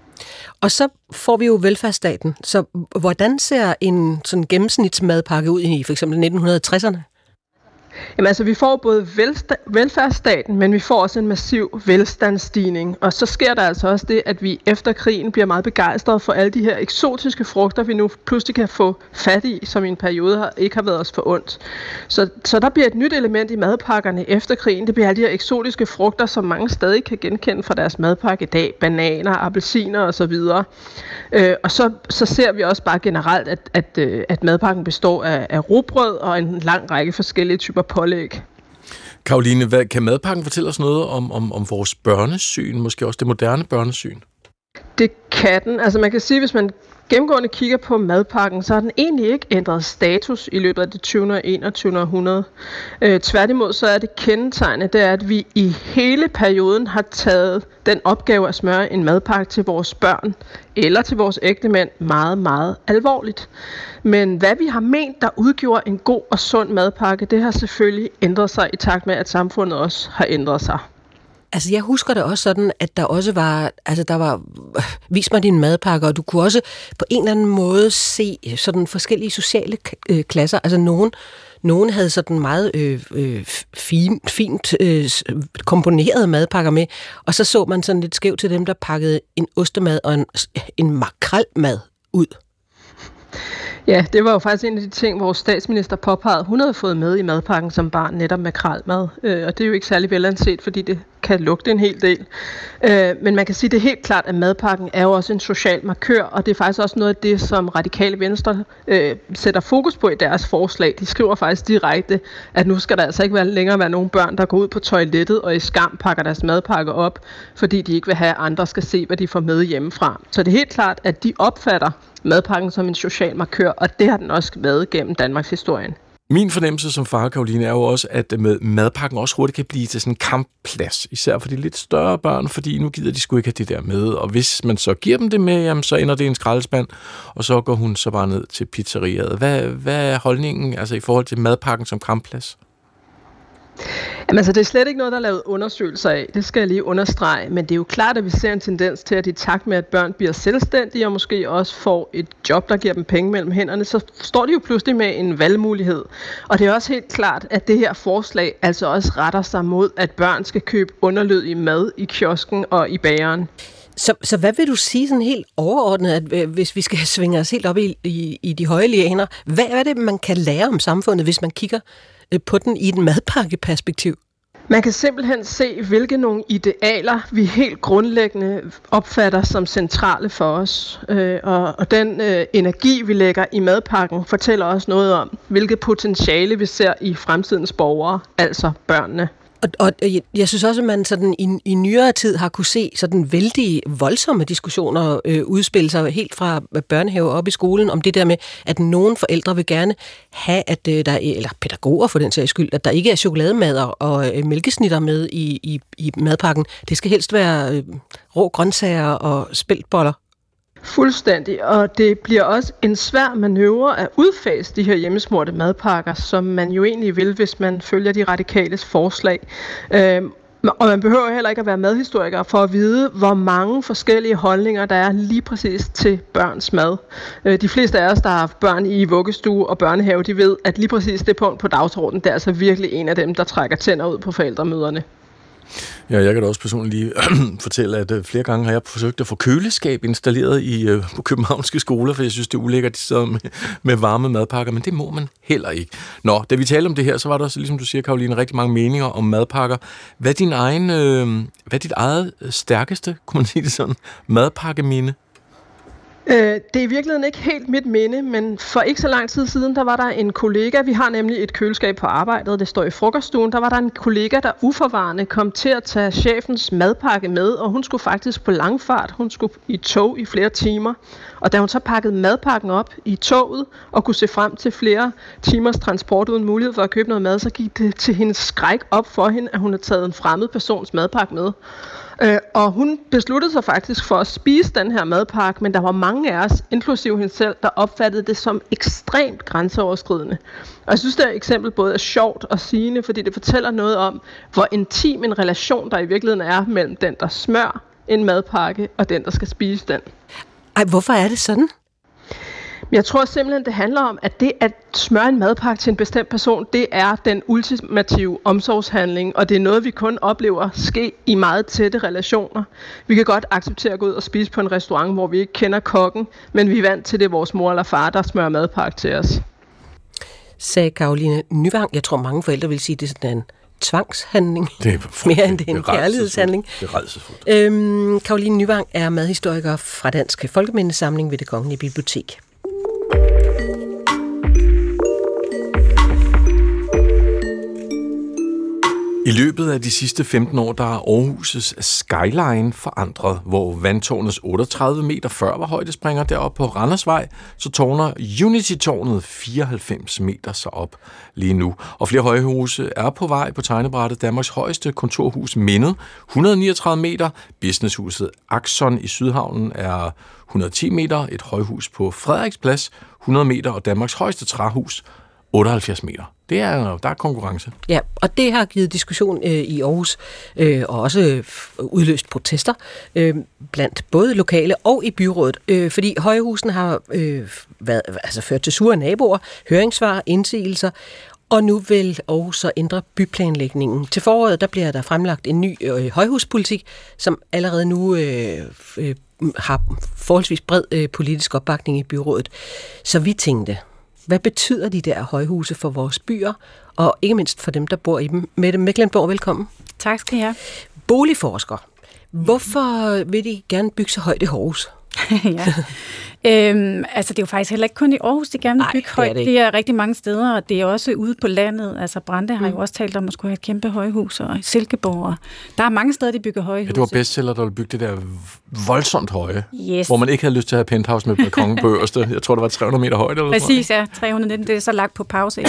Og så får vi jo velfærdsstaten. Så hvordan ser en sådan gennemsnitsmadpakke ud i for eksempel nitten tresserne? Jamen altså, vi får både velsta- velfærdsstaten, men vi får også en massiv velstandsstigning. Og så sker der altså også det, at vi efter krigen bliver meget begejstrede for alle de her eksotiske frugter, vi nu pludselig kan få fat i, som i en periode har, ikke har været os for ondt. Så, så der bliver et nyt element i madpakkerne efter krigen. Det bliver alle de her eksotiske frugter, som mange stadig kan genkende fra deres madpakke i dag. Bananer, appelsiner osv. Øh, og så, så ser vi også bare generelt, at, at, at madpakken består af, af rugbrød og en lang række forskellige typer pålæg. Karoline, hvad, kan madpakken fortælle os noget om, om, om vores børnesyn, måske også det moderne børnesyn? Det kan den. Altså man kan sige, hvis man gennemgående kigger på madpakken, så har den egentlig ikke ændret status i løbet af det tyvende og enogtyvende århundrede. Øh, tværtimod så er det kendetegnende, det er, at vi i hele perioden har taget den opgave at smøre en madpakke til vores børn eller til vores ægtemænd meget, meget alvorligt. Men hvad vi har ment, der udgjorde en god og sund madpakke, det har selvfølgelig ændret sig i takt med, at samfundet også har ændret sig. Altså, jeg husker det også sådan, at der også var, altså der var, vis mig din madpakke, og du kunne også på en eller anden måde se sådan forskellige sociale øh, klasser. Altså, nogen, nogen havde sådan meget øh, øh, fin, fint øh, komponerede madpakker med, og så så man sådan lidt skævt til dem, der pakkede en ostemad og en, en makrelmad ud. Ja, det var jo faktisk en af de ting, vores statsminister påpegede, hun havde fået med i madpakken som barn, netop makrelmad. Øh, og det er jo ikke særlig velanset, fordi det kan lugte en hel del. Øh, men man kan sige, det er helt klart, at madpakken er jo også en social markør, og det er faktisk også noget af det, som Radikale Venstre øh, sætter fokus på i deres forslag. De skriver faktisk direkte, at nu skal der altså ikke være længere være nogen børn, der går ud på toilettet og i skam pakker deres madpakke op, fordi de ikke vil have, at andre skal se, hvad de får med hjemmefra. Så det er helt klart, at de opfatter madpakken som en social markør, og det har den også været gennem Danmarks historien. Min fornemmelse som far, Karoline, er jo også, at med madpakken også hurtigt kan blive til sådan en kampplads, især for de lidt større børn, fordi nu gider de sgu ikke have det der med, og hvis man så giver dem det med, jamen, så ender det i en skraldespand, og så går hun så bare ned til pizzeriet. Hvad, hvad er holdningen altså, i forhold til madpakken som kampplads? Jamen altså, det er slet ikke noget, der er lavet undersøgelser af. Det skal jeg lige understrege. Men det er jo klart, at vi ser en tendens til, at i takt med, at børn bliver selvstændige og måske også får et job, der giver dem penge mellem hænderne, så står de jo pludselig med en valgmulighed. Og det er også helt klart, at det her forslag altså også retter sig mod, at børn skal købe underlødig mad i kiosken og i bageren. Så, så hvad vil du sige sådan helt overordnet, at hvis vi skal svinge os helt op i, i, i de høje lianer, hvad er det, man kan lære om samfundet, hvis man kigger på den i et madpakkeperspektiv? Man kan simpelthen se, hvilke nogle idealer vi helt grundlæggende opfatter som centrale for os. Øh, og, og den øh, energi, vi lægger i madpakken, fortæller også noget om, hvilket potentiale vi ser i fremtidens borgere, altså børnene. Og, og jeg, jeg synes også, at man sådan i, i nyere tid har kunne se sådan vældig voldsomme diskussioner øh, udspille sig helt fra børnehave op i skolen om det der med, at nogle forældre vil gerne have, at øh, der er, eller pædagoger for den sags skyld, at der ikke er chokolademad og øh, mælkesnitter med i, i, i madpakken. Det skal helst være øh, rå grøntsager og speltboller. Fuldstændig, og det bliver også en svær manøvre at udfase de her hjemmesmurte madpakker, som man jo egentlig vil, hvis man følger de radikales forslag. Øhm, og man behøver heller ikke at være madhistoriker for at vide, hvor mange forskellige holdninger der er lige præcis til børns mad. Øh, de fleste af os, der har haft børn i vuggestue og børnehave, de ved, at lige præcis det punkt på dagsordenen, det er altså virkelig en af dem, der trækker tænder ud på forældremøderne. Ja, jeg kan da også personligt lige fortælle, at flere gange har jeg forsøgt at få køleskab installeret i uh, på københavnske skoler, for jeg synes, det er ulækkert, de sidder med, med varme madpakker, men det må man heller ikke. Nå, da vi talte om det her, så var der også, ligesom du siger, Karoline, rigtig mange meninger om madpakker. Hvad er din egen, øh, hvad er dit eget stærkeste, kunne man sige det sådan, madpakkeminde? Øh, det er i virkeligheden ikke helt mit minde, men for ikke så lang tid siden, der var der en kollega, vi har nemlig et køleskab på arbejdet, det står i frokoststuen, der var der en kollega, der uforvarende kom til at tage chefens madpakke med, og hun skulle faktisk på langfart, hun skulle i tog i flere timer, og da hun så pakkede madpakken op i toget, og kunne se frem til flere timers transport uden mulighed for at købe noget mad, så gik det til hendes skræk op for hende, at hun havde taget en fremmed persons madpakke med. Øh, og hun besluttede sig faktisk for at spise den her madpakke, men der var mange af os, inklusive hende selv, der opfattede det som ekstremt grænseoverskridende. Og jeg synes, det er et eksempel både er sjovt og sigende, fordi det fortæller noget om, hvor intim en relation der i virkeligheden er mellem den, der smør en madpakke, og den, der skal spise den. Ej, hvorfor er det sådan? Jeg tror simpelthen, det handler om, at det at smøre en madpakke til en bestemt person, det er den ultimative omsorgshandling, og det er noget, vi kun oplever ske i meget tætte relationer. Vi kan godt acceptere at gå ud og spise på en restaurant, hvor vi ikke kender kokken, men vi er vant til det, vores mor eller far, der smører madpakke til os. Sagde Caroline Nyvang. Jeg tror, mange forældre vil sige, at det er sådan en tvangshandling, det er mere end det er en kærlighedshandling. Det er rædselsfuldt. Øhm, Caroline Nyvang er madhistoriker fra Dansk Folkemindesamling ved Det Kongelige Bibliotek. I løbet af de sidste femten år, der er Aarhus' skyline forandret, hvor vandtårnets otteogtredive meter før var højdespringer deroppe på Randersvej, så tårner Unity-tårnet fireoghalvfems meter så op lige nu. Og flere højhuse er på vej på tegnebrættet. Danmarks højeste kontorhus Mindet, et hundrede og niogtredive meter. Businesshuset Axon i Sydhavnen er et hundrede og ti meter. Et højhus på Frederiksplads, hundrede meter. Og Danmarks højeste træhus, otteoghalvfjerds meter. Det er, der er konkurrence. Ja, og det har givet diskussion øh, i Aarhus, øh, og også øh, udløst protester øh, blandt både lokale og i byrådet, øh, fordi højhusene har øh, været, altså ført til sure naboer, høringssvar, indsigelser, og nu vil Aarhus så ændre byplanlægningen. Til foråret der bliver der fremlagt en ny øh, højhuspolitik, som allerede nu øh, øh, har forholdsvis bred øh, politisk opbakning i byrådet. Så vi tænkte, hvad betyder de der højhuse for vores byer, og ikke mindst for dem, der bor i dem? Mette Mecklenborg, velkommen. Tak skal I have. Boligforsker. Hvorfor vil de gerne bygge så højt i Aarhus? ja. Øhm, altså det er jo faktisk heller ikke kun i Aarhus, de gerne vil bygge højt. Det, det er rigtig mange steder, og det er også ude på landet. Altså Brande har mm. jo også talt om at skulle have et kæmpe højhus, og Silkeborg. Der er mange steder, de bygger højhus. Ja, det var bestseller, der ville bygge det der voldsomt høje, yes. hvor man ikke havde lyst til at have penthouse med balkon på øverste. Jeg tror, det var tre hundrede meter højt. Eller Præcis, ja. tre hundrede nitten, det er så lagt på pause.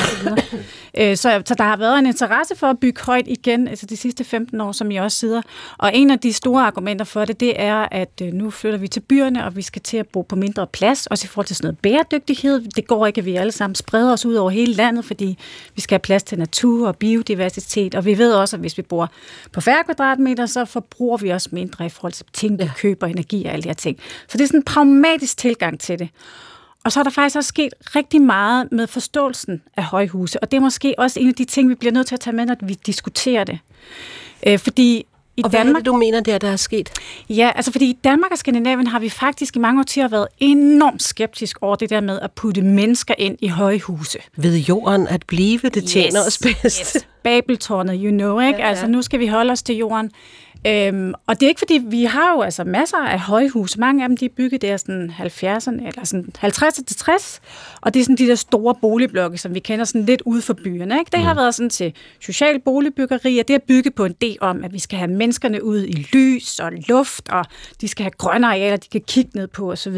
øh, så, så der har været en interesse for at bygge højt igen, altså de sidste femten år, som I også sidder. Og en af de store argumenter for det, det er, at øh, nu flytter vi til byerne, og vi skal til at bo på mindre plads, også i forhold til sådan noget bæredygtighed. Det går ikke, at vi alle sammen spreder os ud over hele landet, fordi vi skal have plads til natur og biodiversitet, og vi ved også, at hvis vi bor på færre kvadratmeter, så forbruger vi også mindre i forhold til ting, vi køber, energi og alle de her ting. Så det er sådan en pragmatisk tilgang til det. Og så er der faktisk også sket rigtig meget med forståelsen af højhuse, og det er måske også en af de ting, vi bliver nødt til at tage med, når vi diskuterer det. Øh, fordi I og Danmark, hvad er det, du mener, der, der er sket? Ja, altså fordi i Danmark og Skandinavien har vi faktisk i mange årtier været enormt skeptisk over det der med at putte mennesker ind i højhuse. Ved jorden at blive, det tjener yes, os bedst. Yes. Babeltårnet, you know, ikke? Ja, ja. Altså nu skal vi holde os til jorden. Øhm, og det er ikke fordi, vi har jo altså masser af højhuse. Mange af dem, de er bygget der sådan halvfjerdserne, eller sådan halvtreds til tres, og det er sådan de der store boligblokke, som vi kender sådan lidt ude for byerne, ikke? Det har været sådan til social boligbyggeri, og det er bygget på en idé om, at vi skal have menneskerne ud i lys og luft, og de skal have grønne arealer, de kan kigge ned på osv.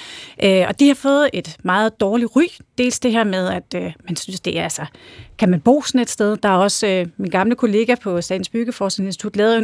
Øh, og de har fået et meget dårligt ry. Dels det her med, at øh, man synes, det er altså, kan man bo sådan et sted? Der er også øh, min gamle kollega på Statens Byggeforskningsinstitut lavet en undersøgelse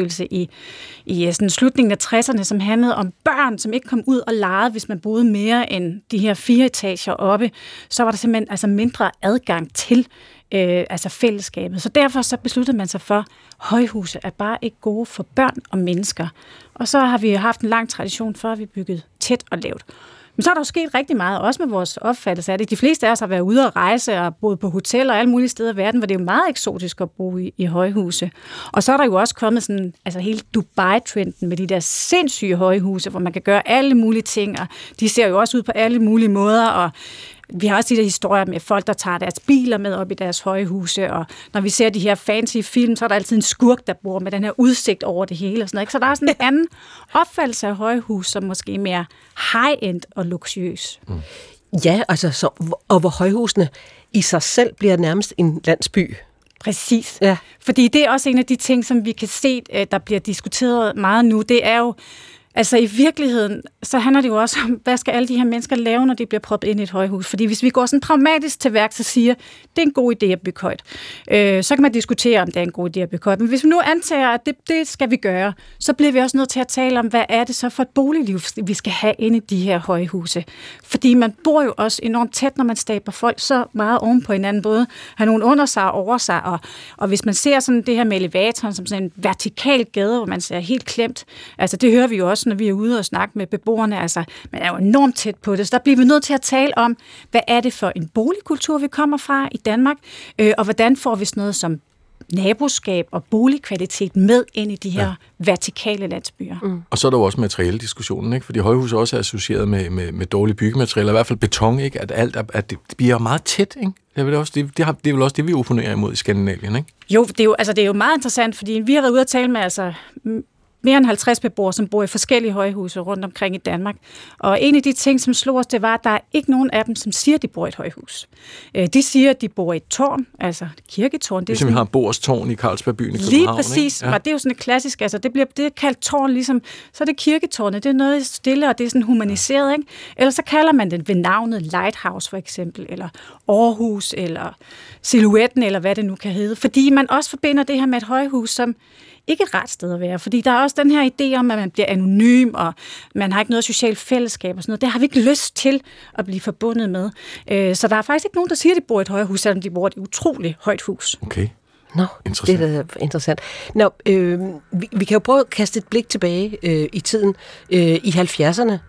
undersøgelse i, i sådan slutningen af tresserne, som handlede om børn, som ikke kom ud og legede, hvis man boede mere end de her fire etager oppe. Så var der simpelthen altså mindre adgang til øh, altså fællesskabet. Så derfor så besluttede man sig for, at højhuse er bare ikke gode for børn og mennesker. Og så har vi haft en lang tradition for, at vi byggede tæt og lavt. Men så er der jo sket rigtig meget, også med vores opfattelse af det. De fleste af os har været ude at rejse og boet på hoteller og alle mulige steder i verden, hvor det er jo meget eksotisk at bo i, i højhuse. Og så er der jo også kommet sådan, altså hele Dubai-trenden med de der sindssyge højhuse, hvor man kan gøre alle mulige ting, og de ser jo også ud på alle mulige måder, og vi har også de der historier med folk, der tager deres biler med op i deres højhuse, og når vi ser de her fancy film, så er der altid en skurk, der bor med den her udsigt over det hele. Og sådan noget. Så der er sådan en anden opfattelse af højhus, som måske er mere high-end og luksuriøs. Mm. Ja, altså, så, og hvor højhusene i sig selv bliver nærmest en landsby. Præcis. Ja. Fordi det er også en af de ting, som vi kan se, der bliver diskuteret meget nu. Det er jo, altså i virkeligheden, så handler det jo også om, hvad skal alle de her mennesker lave, når de bliver proppet ind i et højhus? Fordi hvis vi går sådan pragmatisk til værk, så siger, det er en god idé at bygge højt. Øh, så kan man diskutere, om det er en god idé at bygge højt. Men hvis vi nu antager, at det, det skal vi gøre, så bliver vi også nødt til at tale om, hvad er det så for et boligliv, vi skal have inde i de her højhuse. Fordi man bor jo også enormt tæt, når man stabler folk så meget oven på hinanden, både har nogen under sig og over sig. Og, og hvis man ser sådan det her med elevatoren som sådan en vertikal gade, hvor man ser helt klemt, altså det hører vi jo også, når vi er ude og snakke med beboerne, altså man er jo enormt tæt på det, så der bliver vi nødt til at tale om, hvad er det for en boligkultur, vi kommer fra i Danmark, øh, og hvordan får vi sådan noget som naboskab og boligkvalitet med ind i de her ja. vertikale landsbyer. Mm. Og så er der jo også materialediskussionen, ikke? Fordi højhus også er associeret med, med, med dårlige byggematerialer, i hvert fald beton, ikke? At alt er, at det bliver meget tæt, ikke? Det er, vel også det, det, har, det er vel også det, vi opponerer imod i Skandinavien, ikke? Jo, det er jo, altså, det er jo meget interessant, fordi vi har været ude at tale med altså mere end halvtreds beboere, som bor i forskellige højhuse rundt omkring i Danmark. Og en af de ting, som slog os, det var, at der er ikke nogen af dem, som siger, at de bor i et højhus. De siger, at de bor i et tårn, altså et kirketårn. Det er ligesom vi har Boers tårn i Carlsbergbyen i København. Lige præcis. Ja. Det er jo sådan et klassisk, altså det bliver det er kaldt tårn, ligesom, så er det kirketårnet, det er noget stille, og det er sådan humaniseret, ikke? Eller så kalder man det ved navnet Lighthouse for eksempel, eller Aarhus, eller Silhouetten, eller hvad det nu kan hedde. Fordi man også forbinder det her med et højhus, som ikke et ret sted at være, fordi der er også den her idé om, at man bliver anonym, og man har ikke noget socialt fællesskab og sådan noget. Det har vi ikke lyst til at blive forbundet med. Så der er faktisk ikke nogen, der siger, at de bor i et højhus, selvom de bor i et utroligt højt hus. Okay. Nå, det er da interessant. Nå, øh, vi, vi kan jo prøve at kaste et blik tilbage øh, i tiden. Øh, I halvfjerdserne.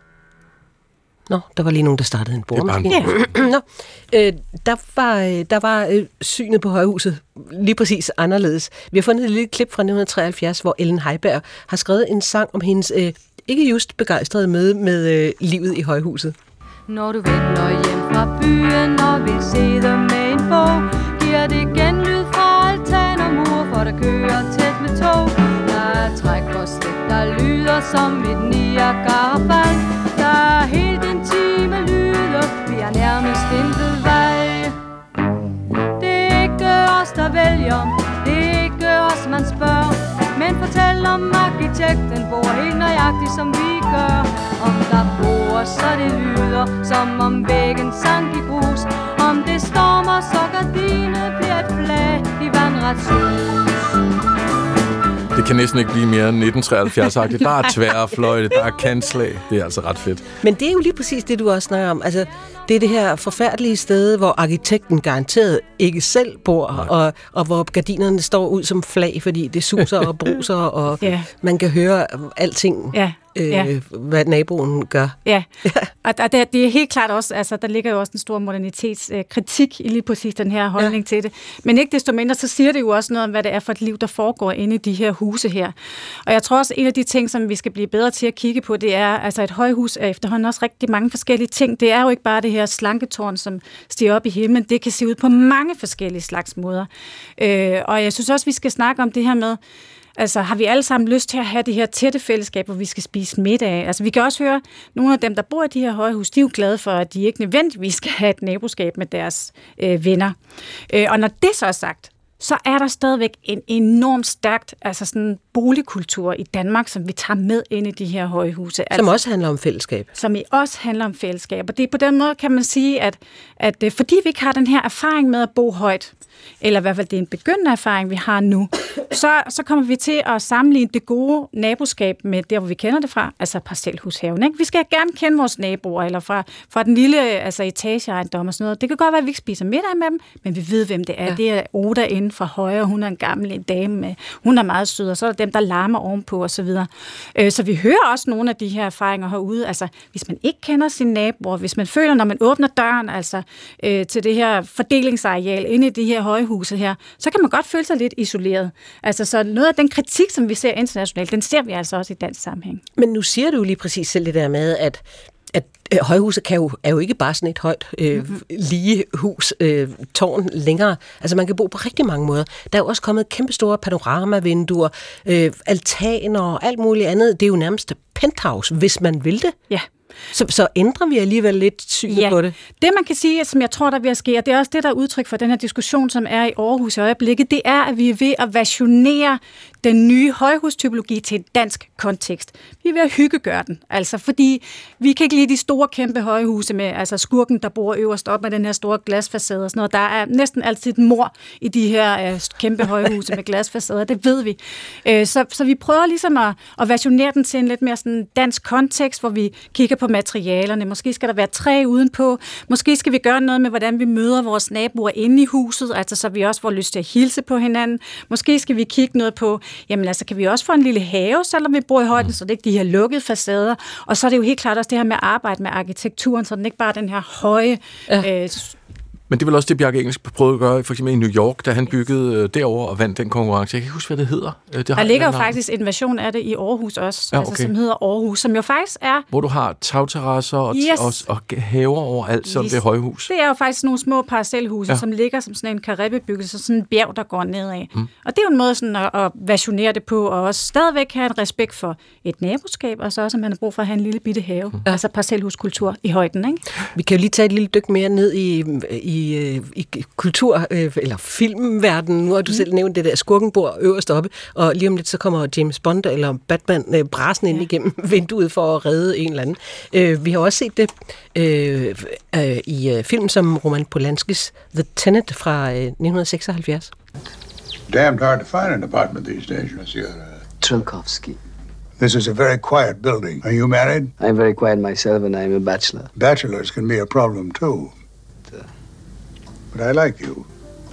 Nå, der var lige nogen, der startede en boremaskine. Nå, øh, der var, der var øh, synet på højhuset lige præcis anderledes. Vi har fundet et lille klip fra nitten treoghalvfjerds, hvor Ellen Heiberg har skrevet en sang om hendes øh, ikke just begejstrede møde med øh, livet i højhuset. Når du vender hjem fra byen og vil sidde med en bog, giver det genlyd fra altan og mur, for der kører tæt med tog. Der er træk og slæb, der lyder som et Niagara-fald. Der er helt intime lyde, vi er nærmest intet vej. Det er ikke os, der vælger, det er ikke os, man spørger. Men fortæl om arkitekten bor helt nøjagtigt, som vi gør. Om der bor, så det lyder, som om væggen sank i grus. Om det stormer, så gardinet bliver et flag i vandretshus. Det kan næsten ikke blive mere end nitten treoghalvfjerds-agtigt. Der er tværfløjte, der er kantslag. Det er altså ret fedt. Men det er jo lige præcis det, du også snakker om. Altså, det er det her forfærdelige sted, hvor arkitekten garanteret ikke selv bor, og, og hvor gardinerne står ud som flag, fordi det suser og bruser, og ja. man kan høre alting. Ja. Øh, ja. Hvad naboen gør. Ja, og der, der, det er helt klart også, altså der ligger jo også en stor modernitetskritik i lige præcis den her holdning ja. til det. Men ikke desto mindre, så siger det jo også noget om, hvad det er for et liv, der foregår inde i de her huse her. Og jeg tror også, en af de ting, som vi skal blive bedre til at kigge på, det er, altså et højhus er efterhånden også rigtig mange forskellige ting. Det er jo ikke bare det her slanketårn, som stiger op i himlen. Det kan se ud på mange forskellige slags måder. Øh, og jeg synes også, vi skal snakke om det her med, altså, har vi alle sammen lyst til at have det her tætte fællesskab, hvor vi skal spise middag? Altså, vi kan også høre, nogle af dem, der bor i de her højhus, de er jo glade for, at de ikke nødvendigvis skal have et naboskab med deres øh, venner. Øh, og når det så er sagt, så er der stadigvæk en enormt stærkt, altså sådan boligkultur i Danmark, som vi tager med ind i de her højhuse. Som altså, også handler om fællesskab. Som i også handler om fællesskab. Og det er på den måde, kan man sige, at, at fordi vi ikke har den her erfaring med at bo højt, eller i hvert fald det er en begyndende erfaring, vi har nu, så, så kommer vi til at sammenligne det gode naboskab med der, hvor vi kender det fra, altså parcelhushaven. Ikke? Vi skal gerne kende vores naboer, eller fra, fra den lille altså etageejendom og sådan noget. Det kan godt være, at vi ikke spiser middag med dem, men vi ved, hvem det er. Ja. Det er Oda inden fra højre, hun er en gammel dame, med, hun er meget sød, og så er der dem, der larmer ovenpå og så videre. Øh, så vi hører også nogle af de her erfaringer herude. Altså, hvis man ikke kender sine naboer, hvis man føler, når man åbner døren altså, øh, til det her fordelingsareal inde i de her højhuse her, så kan man godt føle sig lidt isoleret. Altså, så noget af den kritik, som vi ser internationalt, den ser vi altså også i dansk sammenhæng. Men nu siger du jo lige præcis selv det der med, at at øh, højhuset kan jo, er jo ikke bare sådan et højt, øh, mm-hmm. lige hus, øh, tårn længere. Altså man kan bo på rigtig mange måder. Der er jo også kommet kæmpestore panoramavinduer, øh, altaner og alt muligt andet. Det er jo nærmest penthouse, hvis man vil det. Ja. Så, så ændrer vi alligevel lidt synet ja. på det. Det man kan sige, som jeg tror, der vil ske, og det er også det, der er udtryk for den her diskussion, som er i Aarhus i øjeblikket, det er, at vi er ved at versionere den nye højhustypologi til en dansk kontekst. Vi er ved at hyggegøre den, altså fordi vi kan ikke lide de store, kæmpe højhuse med altså skurken, der bor øverst op med den her store glasfacade og sådan noget. Der er næsten altid et mor i de her uh, kæmpe højhuse med glasfacader, det ved vi. Uh, så, så vi prøver ligesom at, at versionere den til en lidt mere sådan dansk kontekst, hvor vi kigger på materialerne. Måske skal der være træ udenpå. Måske skal vi gøre noget med, hvordan vi møder vores naboer inde i huset, altså så vi også får lyst til at hilse på hinanden. Måske skal vi kigge noget på, jamen altså kan vi også få en lille have, selvom vi bor i højden, så det er ikke de her lukkede facader. Og så er det jo helt klart også det her med at arbejde med arkitekturen, så den ikke bare den her høje... Ja. Øh, Men det er vel også det, Bjarke Engels prøvede at gøre, for eksempel i New York, da han byggede derover og vandt den konkurrence. Jeg kan ikke huske, hvad det hedder. Det der ligger jo faktisk en version af det i Aarhus også, ja, okay. altså, som hedder Aarhus, som jo faktisk er... Hvor du har tagterrasser og, yes. og, og haver overalt, som yes. det er højhus. Det er jo faktisk nogle små parcelhuse, ja. som ligger som sådan en karrebebyggelse, sådan en bjerg, der går nedad. Mm. Og det er jo en måde sådan at, at versionere det på, og også stadigvæk have en respekt for et naboskab, og så også, at man har brug for at have en lille bitte have. Mm. Altså parcelhuskultur i højden, ikke? Vi kan jo lige tage et lille dyk mere ned i... i i kultur- eller filmverdenen. Nu har du mm. selv nævnt det der, skurken bor øverst oppe, og lige om lidt så kommer James Bond eller Batman øh, brasen ind ja. igennem vinduet for at redde en eller anden. Øh, vi har også set det øh, øh, i øh, film som Roman Polanskis The Tenet fra øh, nitten seksoghalvfjerds. Damned hard to find an apartment these days, monsieur. Tchaikovsky. This is a very quiet building. Are you married? I'm very quiet myself and I'm a bachelor. Bachelors can be a problem too. But I like you.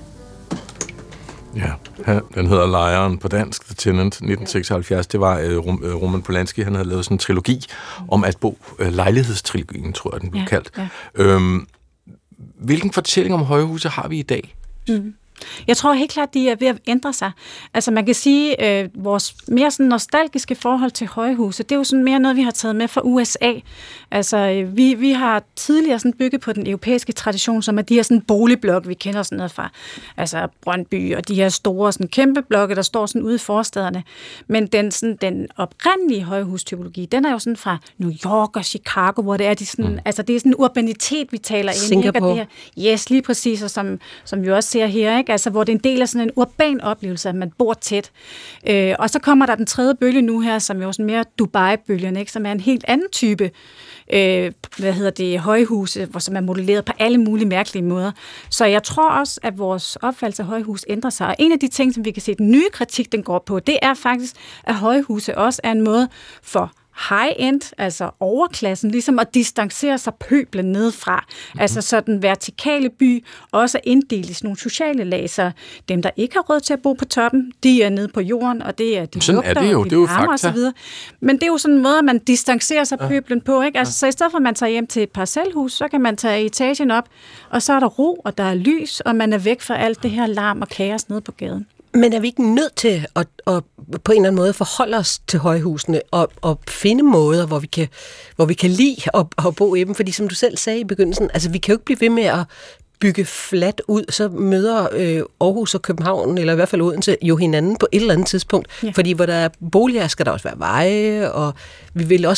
Ja, den hedder Lejren på dansk, The Tenant, nitten seksoghalvfjerds. Det var uh, Roman Polanski, han havde lavet sådan en trilogi om at bo, uh, lejlighedstrilogien, tror jeg, den blev ja, kaldt. Ja. Øhm, hvilken fortælling om højhuse har vi i dag? Mm. Jeg tror helt klart, de er ved at ændre sig. Altså man kan sige, at øh, vores mere sådan nostalgiske forhold til højhuse, det er jo sådan mere noget, vi har taget med fra U S A. Altså øh, vi, vi har tidligere sådan bygget på den europæiske tradition, som er de her sådan boligblokke, vi kender sådan noget fra. Altså Brøndby og de her store sådan kæmpe blokke, der står sådan ude i forstederne. Men den, sådan, den oprindelige højhustypologi, den er jo sådan fra New York og Chicago, hvor det er, de sådan, mm. altså, det er sådan en urbanitet, vi taler ind. Singapore. Ikke? Det her, yes, lige præcis, og som, som vi også ser her, ikke? Altså, hvor det er en del af sådan en urban oplevelse, at man bor tæt. Øh, og så kommer der den tredje bølge nu her, som jo sådan mere Dubai-bølgen, ikke? Som er en helt anden type øh, hvad hedder det, højhuse, hvor som er modelleret på alle mulige mærkelige måder. Så jeg tror også, at vores opfattelse af højhus ændrer sig. Og en af de ting, som vi kan se, den nye kritik, den går på, det er faktisk, at højhuse også er en måde for high-end, altså overklassen, ligesom at distancere sig pøblen nedefra. Mm-hmm. Altså så den vertikale by også er inddelt i sådan nogle sociale lag, så dem, der ikke har råd til at bo på toppen, de er nede på jorden, og det er de sådan lugter, er det jo, og de det er jo larmer og så videre. Men det er jo sådan en måde, at man distancerer sig ja. pøblen på, ikke? Altså ja. så i stedet for, at man tager hjem til et parcelhus, så kan man tage etagen op, og så er der ro, og der er lys, og man er væk fra alt det her larm og kaos nede på gaden. Men er vi ikke nødt til at, at på en eller anden måde forholde os til højhusene og, og finde måder, hvor vi kan, hvor vi kan lide at, at bo i dem? Fordi som du selv sagde i begyndelsen, altså vi kan jo ikke blive ved med at bygge fladt ud, så møder øh, Aarhus og København, eller i hvert fald Odense, jo hinanden på et eller andet tidspunkt. Ja. Fordi hvor der er boliger, skal der også være veje, og vi vil også gerne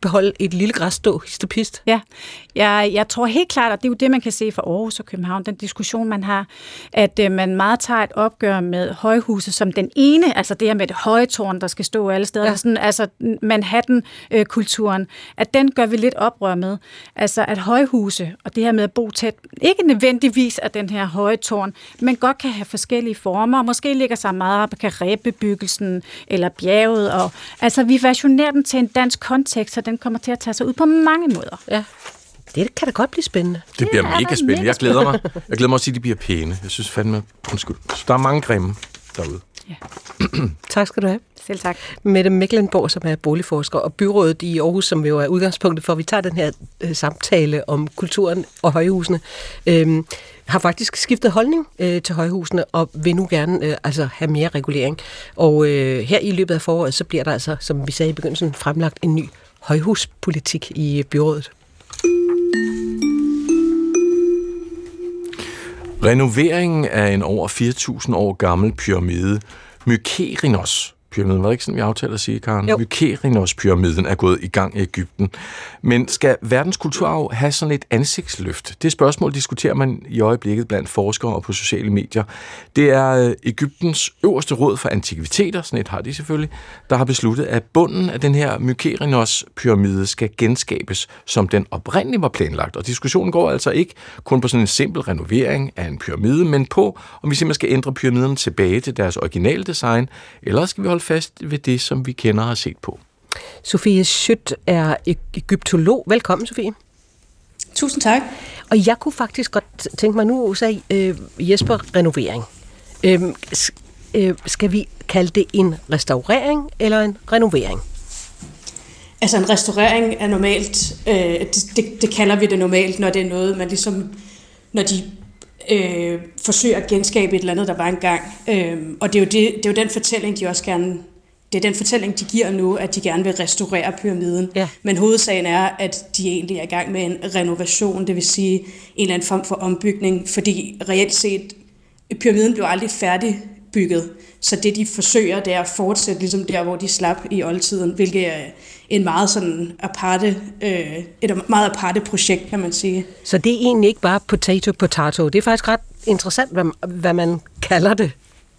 beholde et lille græsstå, hist og pist. Ja, jeg, jeg tror helt klart, og det er jo det, man kan se fra Aarhus og København, den diskussion, man har, at øh, man meget tager et opgør med højhuse som den ene, altså det her med det høje tårn, der skal stå alle steder, ja. Sådan, altså Manhattan-kulturen, at den gør vi lidt oprør med. Altså at højhuse, og det her med at bo tæt, ikke nødvendigvis af den her høje tårn, men godt kan have forskellige former, og måske ligger sig meget op af karrébebyggelsen eller bjerget, og altså vi versionerer den til en dansk kontekst, så den kommer til at tage sig ud på mange måder. Ja. Det kan da godt blive spændende. Det bliver ja, mega spændende. Jeg glæder mig. Jeg glæder mig også til, at de bliver pæne. Jeg synes fandme, undskyld. Så der er mange grimme derude. Ja. Tak skal du have. Selv tak. Mette Mecklenborg, som er boligforsker, og byrådet i Aarhus, som jo er udgangspunktet for, at vi tager den her øh, samtale om kulturen og højhusene, øh, har faktisk skiftet holdning øh, til højhusene, og vil nu gerne øh, altså have mere regulering. Og øh, her i løbet af foråret, så bliver der altså, som vi sagde i begyndelsen, fremlagt en ny højhuspolitik i byrådet. Renoveringen af en over fire tusind år gammel pyramide, Mykerinos pyramiden, var det ikke sådan, vi aftalte at sige, Karen? Mykerinos-pyramiden er gået i gang i Egypten. Men skal verdenskulturarv have sådan et ansigtsløft? Det spørgsmål diskuterer man i øjeblikket blandt forskere og på sociale medier. Det er Egyptens øverste råd for antikviteter, sådan et har de selvfølgelig, der har besluttet, at bunden af den her Mykerinos-pyramide skal genskabes, som den oprindeligt var planlagt. Og diskussionen går altså ikke kun på sådan en simpel renovering af en pyramide, men på, om vi simpelthen skal ændre pyramiderne tilbage til deres originale design, eller skal vi holde fast ved det, som vi kender og har set på. Sofie Schødt er egyptolog. Velkommen, Sofie. Tusind tak. Og jeg kunne faktisk godt tænke mig, nu sagde øh, Jesper renovering. Øh, øh, skal vi kalde det en restaurering eller en renovering? Altså en restaurering er normalt, øh, det, det, det kalder vi det normalt, når det er noget, man ligesom, når de øh, forsøger at genskabe et eller andet, der var engang. Øh, og det er, jo det, det er jo den fortælling, de også gerne, det er den fortælling, de giver nu, at de gerne vil restaurere pyramiden. Ja. Men hovedsagen er, at de egentlig er i gang med en renovation, det vil sige en eller anden form for ombygning, fordi reelt set, pyramiden blev aldrig færdigbygget. Så det, de forsøger, det er at fortsætte ligesom der, hvor de slap i oldtiden, hvilket er en meget sådan aparte, øh, et meget aparte projekt, kan man sige. Så det er egentlig ikke bare potato potato. Det er faktisk ret interessant, hvad, hvad man kalder det.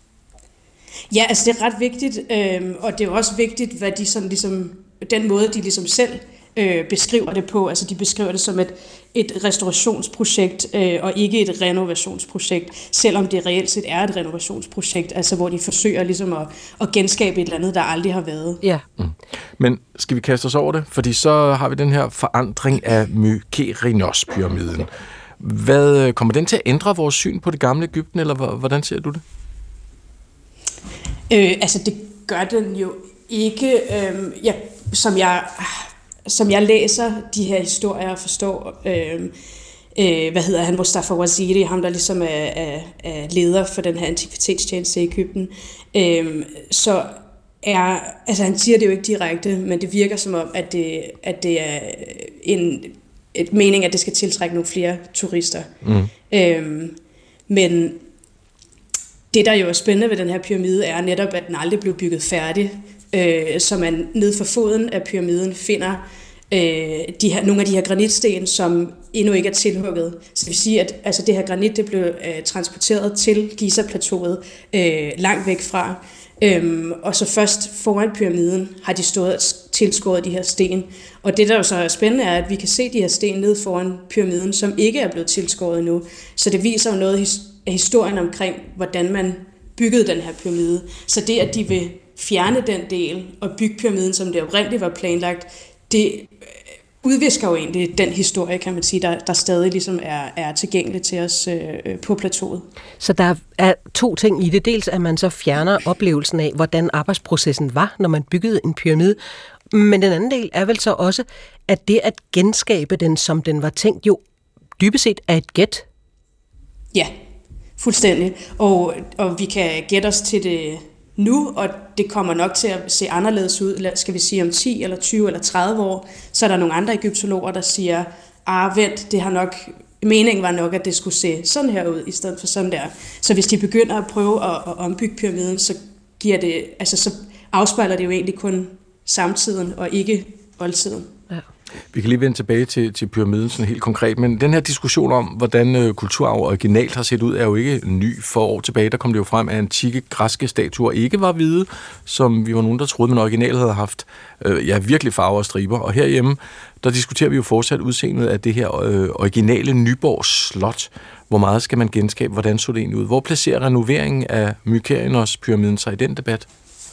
Ja, altså det er ret vigtigt, øh, og det er også vigtigt, hvad de sådan ligesom, den måde, de ligesom selv øh, beskriver det på. Altså de beskriver det som et, et restaurationsprojekt, øh, og ikke et renovationsprojekt, selvom det reelt set er et renovationsprojekt, altså hvor de forsøger ligesom at, at genskabe et eller andet, der aldrig har været. Ja. Mm. Men skal vi kaste os over det? Fordi så har vi den her forandring af Mykerinos-pyramiden. Hvad, kommer den til at ændre vores syn på det gamle Egypten, eller hvordan ser du det? Øh, altså det gør den jo ikke, øh, ja, som, jeg, som jeg læser de her historier og forstår, øh, øh, hvad hedder han, Mustafa Waziri, ham der ligesom er, er, er leder for den her antikvitetstjeneste i Egypten, øh, så er, altså han siger det jo ikke direkte, men det virker som om, at det, at det er en et mening, at det skal tiltrække nogle flere turister. Mm. Øh, men det, der jo er spændende ved den her pyramide, er netop, at den aldrig blev bygget færdig. Øh, så man ned for foden af pyramiden finder øh, de her, nogle af de her granitsten, som endnu ikke er tilhugget. Så det vil sige, at altså, det her granit det blev øh, transporteret til Giza-plateauet øh, langt væk fra. Øhm, og så først foran pyramiden har de stået og tilskåret de her sten. Og det, der jo så er spændende, er, at vi kan se de her sten ned foran pyramiden, som ikke er blevet tilskåret endnu. Så det viser jo noget af historien omkring, hvordan man byggede den her pyramide. Så det, at de vil fjerne den del og bygge pyramiden, som det oprindeligt var planlagt, det udvisker jo egentlig den historie, kan man sige, der, der stadig ligesom er, er tilgængelig til os øh, på plateauet. Så der er to ting i det. Dels at man så fjerner oplevelsen af, hvordan arbejdsprocessen var, når man byggede en pyramide. Men den anden del er vel så også, at det at genskabe den, som den var tænkt, jo dybest set er et gæt. Ja, fuldstændig. Og, og vi kan gætte os til det nu, og det kommer nok til at se anderledes ud, skal vi sige om ti eller tyve eller tredive år, så er der nogle andre egyptologer, der siger, ah vent, det har nok, meningen var nok, at det skulle se sådan her ud, i stedet for sådan der. Så hvis de begynder at prøve at, at ombygge pyramiden, så giver det, altså så afspejler det jo egentlig kun samtiden, og ikke oldtiden. Ja. Vi kan lige vende tilbage til, til pyramiden sådan helt konkret, men den her diskussion om, hvordan øh, kulturarv originalt har set ud, er jo ikke ny. For år tilbage, der kom det jo frem, at antikke græske statuer ikke var hvide, som vi var nogen, der troede, men originalt havde haft øh, ja, virkelig farver og striber. Og herhjemme, der diskuterer vi jo fortsat udseendet af det her øh, originale Nyborg Slot. Hvor meget skal man genskabe? Hvordan så det egentlig ud? Hvor placerer renoveringen af Mykerinos-pyramiden sig i den debat?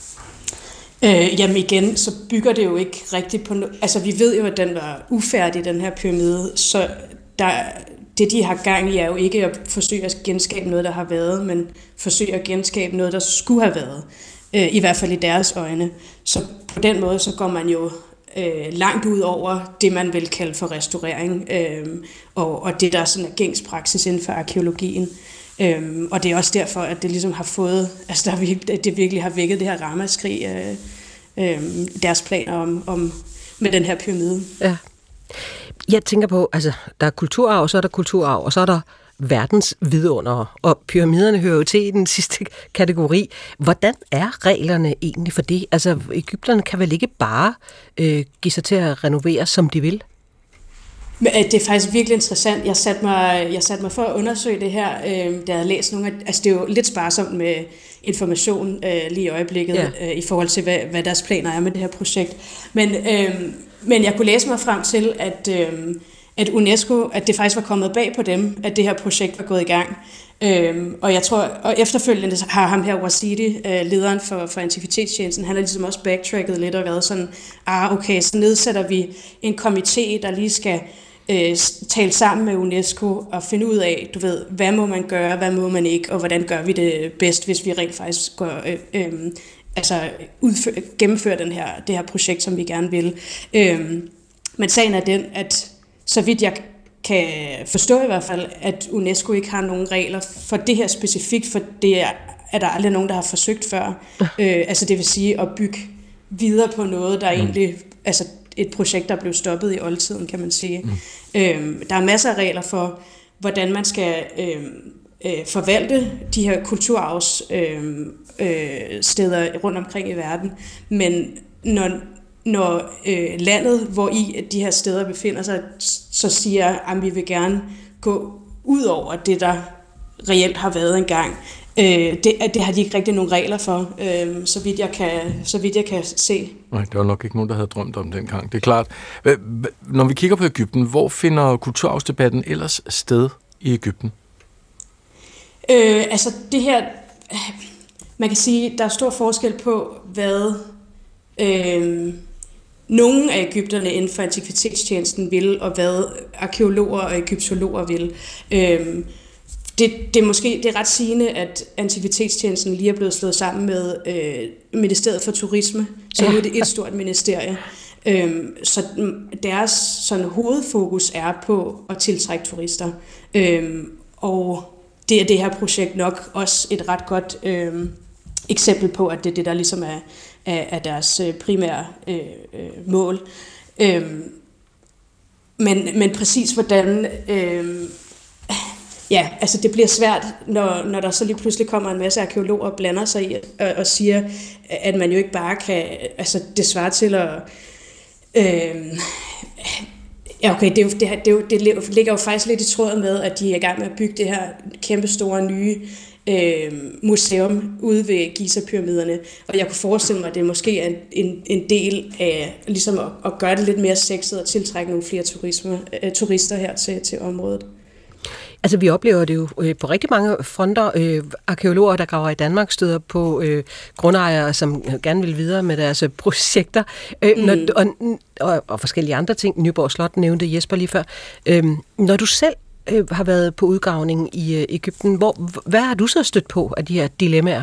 Øh, jamen igen, så bygger det jo ikke rigtigt på no- altså vi ved jo, at den var ufærdig, den her pyramide, så der, det de har gang i er jo ikke at forsøge at genskabe noget, der har været, men forsøge at genskabe noget, der skulle have været, øh, i hvert fald i deres øjne. Så på den måde, så går man jo øh, langt ud over det, man vil kalde for restaurering, øh, og, og det, der sådan er gængs praksis inden for arkeologien. Øhm, og det er også derfor, at det ligesom har fået, altså der virkelig, det virkelig har vækket det her ramaskrig, øh, øh, deres planer om, om med den her pyramide. Ja. Jeg tænker på, altså der er kulturarv, så er der kulturarv, og så er der verdens vidundere, og pyramiderne hører jo til i den sidste kategori. Hvordan er reglerne egentlig for det? Altså egypterne kan vel ikke bare øh, give sig til at renovere, som de vil? Men det er faktisk virkelig interessant. Jeg satte mig, jeg satte mig for at undersøge det her, øh, da jeg havde læst nogle af... Altså det er jo lidt sparsomt med information øh, lige i øjeblikket, ja. øh, i forhold til, hvad, hvad deres planer er med det her projekt. Men, øh, men jeg kunne læse mig frem til, at, øh, at UNESCO, at det faktisk var kommet bag på dem, at det her projekt var gået i gang. Øhm, og jeg tror, og efterfølgende har ham her Waziri, øh, lederen for, for antikvitetstjenesten, han har ligesom også backtracket lidt og været sådan, ah okay, så nedsætter vi en komité, der lige skal øh, tale sammen med UNESCO og finde ud af, du ved, hvad må man gøre, hvad må man ikke, og hvordan gør vi det bedst, hvis vi rent faktisk går, øh, øh, altså udfør, gennemfører den her, det her projekt, som vi gerne vil. Øh, men sagen er den, at så vidt jeg kan forstå i hvert fald, at UNESCO ikke har nogen regler for det her specifikt, for det er, er der aldrig nogen, der har forsøgt før. øh, altså det vil sige at bygge videre på noget, der mm. egentlig, altså et projekt, der blev stoppet i oldtiden, kan man sige. Mm. Øh, der er masser af regler for, hvordan man skal øh, øh, forvalte de her kulturarvssteder øh, øh, steder rundt omkring i verden, men når når øh, landet, hvor i de her steder befinder sig, så siger, at vi vil gerne gå ud over det, der reelt har været engang. Øh, det, det har de ikke rigtig nogen regler for, øh, så, vidt jeg kan, så vidt jeg kan se. Nej, det var nok ikke nogen, der havde drømt om dengang. Det er klart. Når vi kigger på Egypten, hvor finder kulturarvsdebatten ellers sted i Egypten? Øh, altså det her, man kan sige, der er stor forskel på, hvad Øh, nogle af egypterne inden for antikvitetstjenesten vil, og hvad arkeologer og egyptologer vil. Øh, det, det er måske det er ret sigende, at antikvitetstjenesten lige er blevet slået sammen med øh, Ministeriet for Turisme, så ja. Nu er det et stort ministerie. Øh, så deres sådan, hovedfokus er på at tiltrække turister. Øh, og det er det her projekt nok også et ret godt øh, eksempel på, at det er det, der ligesom er af deres primære øh, øh, mål. Øhm, men, men præcis hvordan... Øh, ja, altså det bliver svært, når, når der så lige pludselig kommer en masse arkeologer og blander sig i og, og siger, at man jo ikke bare kan... Altså det svarer til at... Øh, ja, okay, det, er jo, det, det, er jo, det ligger jo faktisk lidt i tråden med, at de er i gang med at bygge det her kæmpe store nye Øh, museum ude ved Giza-pyramiderne, og jeg kunne forestille mig, at det måske er en, en del af ligesom at, at gøre det lidt mere sexet og tiltrække nogle flere turisme, øh, turister her til, til området. Altså vi oplever det jo øh, på rigtig mange fronter. Øh, arkeologer, der graver i Danmark, støder på øh, grundejere, som gerne vil videre med deres øh, projekter, øh, mm. når, og, og, og forskellige andre ting. Nyborg Slot nævnte Jesper lige før. Øh, når du selv har været på udgravning i øh, Egypten. Hvor, hvad har du så stødt på af de her dilemmaer?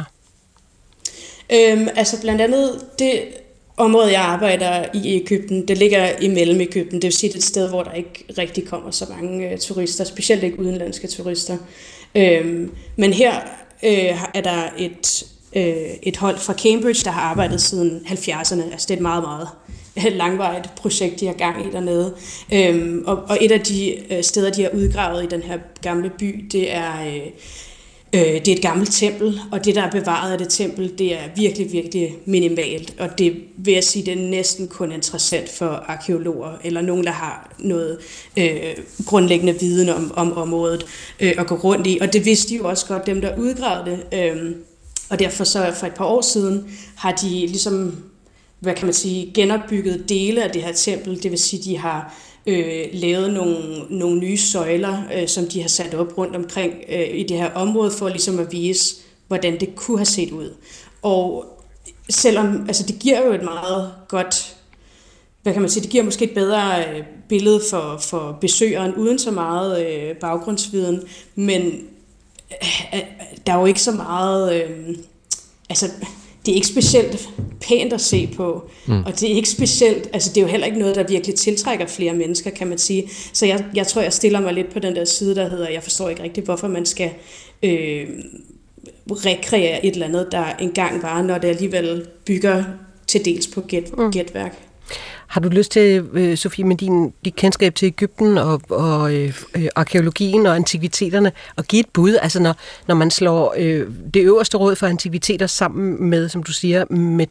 Øhm, altså blandt andet det område, jeg arbejder i Egypten, det ligger imellem Egypten. Det vil sige, det er et sted, hvor der ikke rigtig kommer så mange øh, turister, specielt ikke udenlandske turister. Øhm, men her øh, er der et, øh, et hold fra Cambridge, der har arbejdet siden halvfjerdserne. Altså det er et meget, meget langvarigt projekt, de har gang i dernede. Øhm, og, og et af de øh, steder, de har udgravet i den her gamle by, det er, øh, Øh, det er et gammelt tempel, og det, der er bevaret af det tempel, det er virkelig, virkelig minimalt. Og det vil jeg sige, det er næsten kun interessant for arkeologer, eller nogen, der har noget øh, grundlæggende viden om, om området øh, at gå rundt i. Og det vidste de jo også godt, dem der udgravede det. Øh, og derfor så for et par år siden har de ligesom, hvad kan man sige, genopbygget dele af det her tempel. Det vil sige, de har Øh, lavet nogle, nogle nye søjler, øh, som de har sat op rundt omkring øh, i det her område, for ligesom at vise, hvordan det kunne have set ud. Og selvom, altså det giver jo et meget godt, hvad kan man sige, det giver måske et bedre øh, billede for, for besøgeren, uden så meget øh, baggrundsviden, men øh, der er jo ikke så meget, øh, altså det er ikke specielt pænt at se på, mm. og det er ikke specielt, altså det er jo heller ikke noget, der virkelig tiltrækker flere mennesker, kan man sige. Så jeg, jeg tror, jeg stiller mig lidt på den der side, der hedder, jeg forstår ikke rigtigt, hvorfor man skal øh, rekreere et eller andet, der engang var, når det alligevel bygger til dels på gæt, mm. gætværk. Har du lyst til, øh, Sofie, med din, dit kendskab til Egypten og, og øh, arkeologien og antikviteterne, at give et bud? Altså når, når man slår øh, det øverste råd for antikviteter sammen med, som du siger, med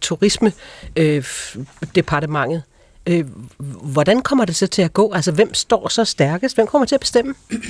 turismedepartementet, øh, øh, hvordan kommer det så til at gå? Altså hvem står så stærkest? Hvem kommer til at bestemme?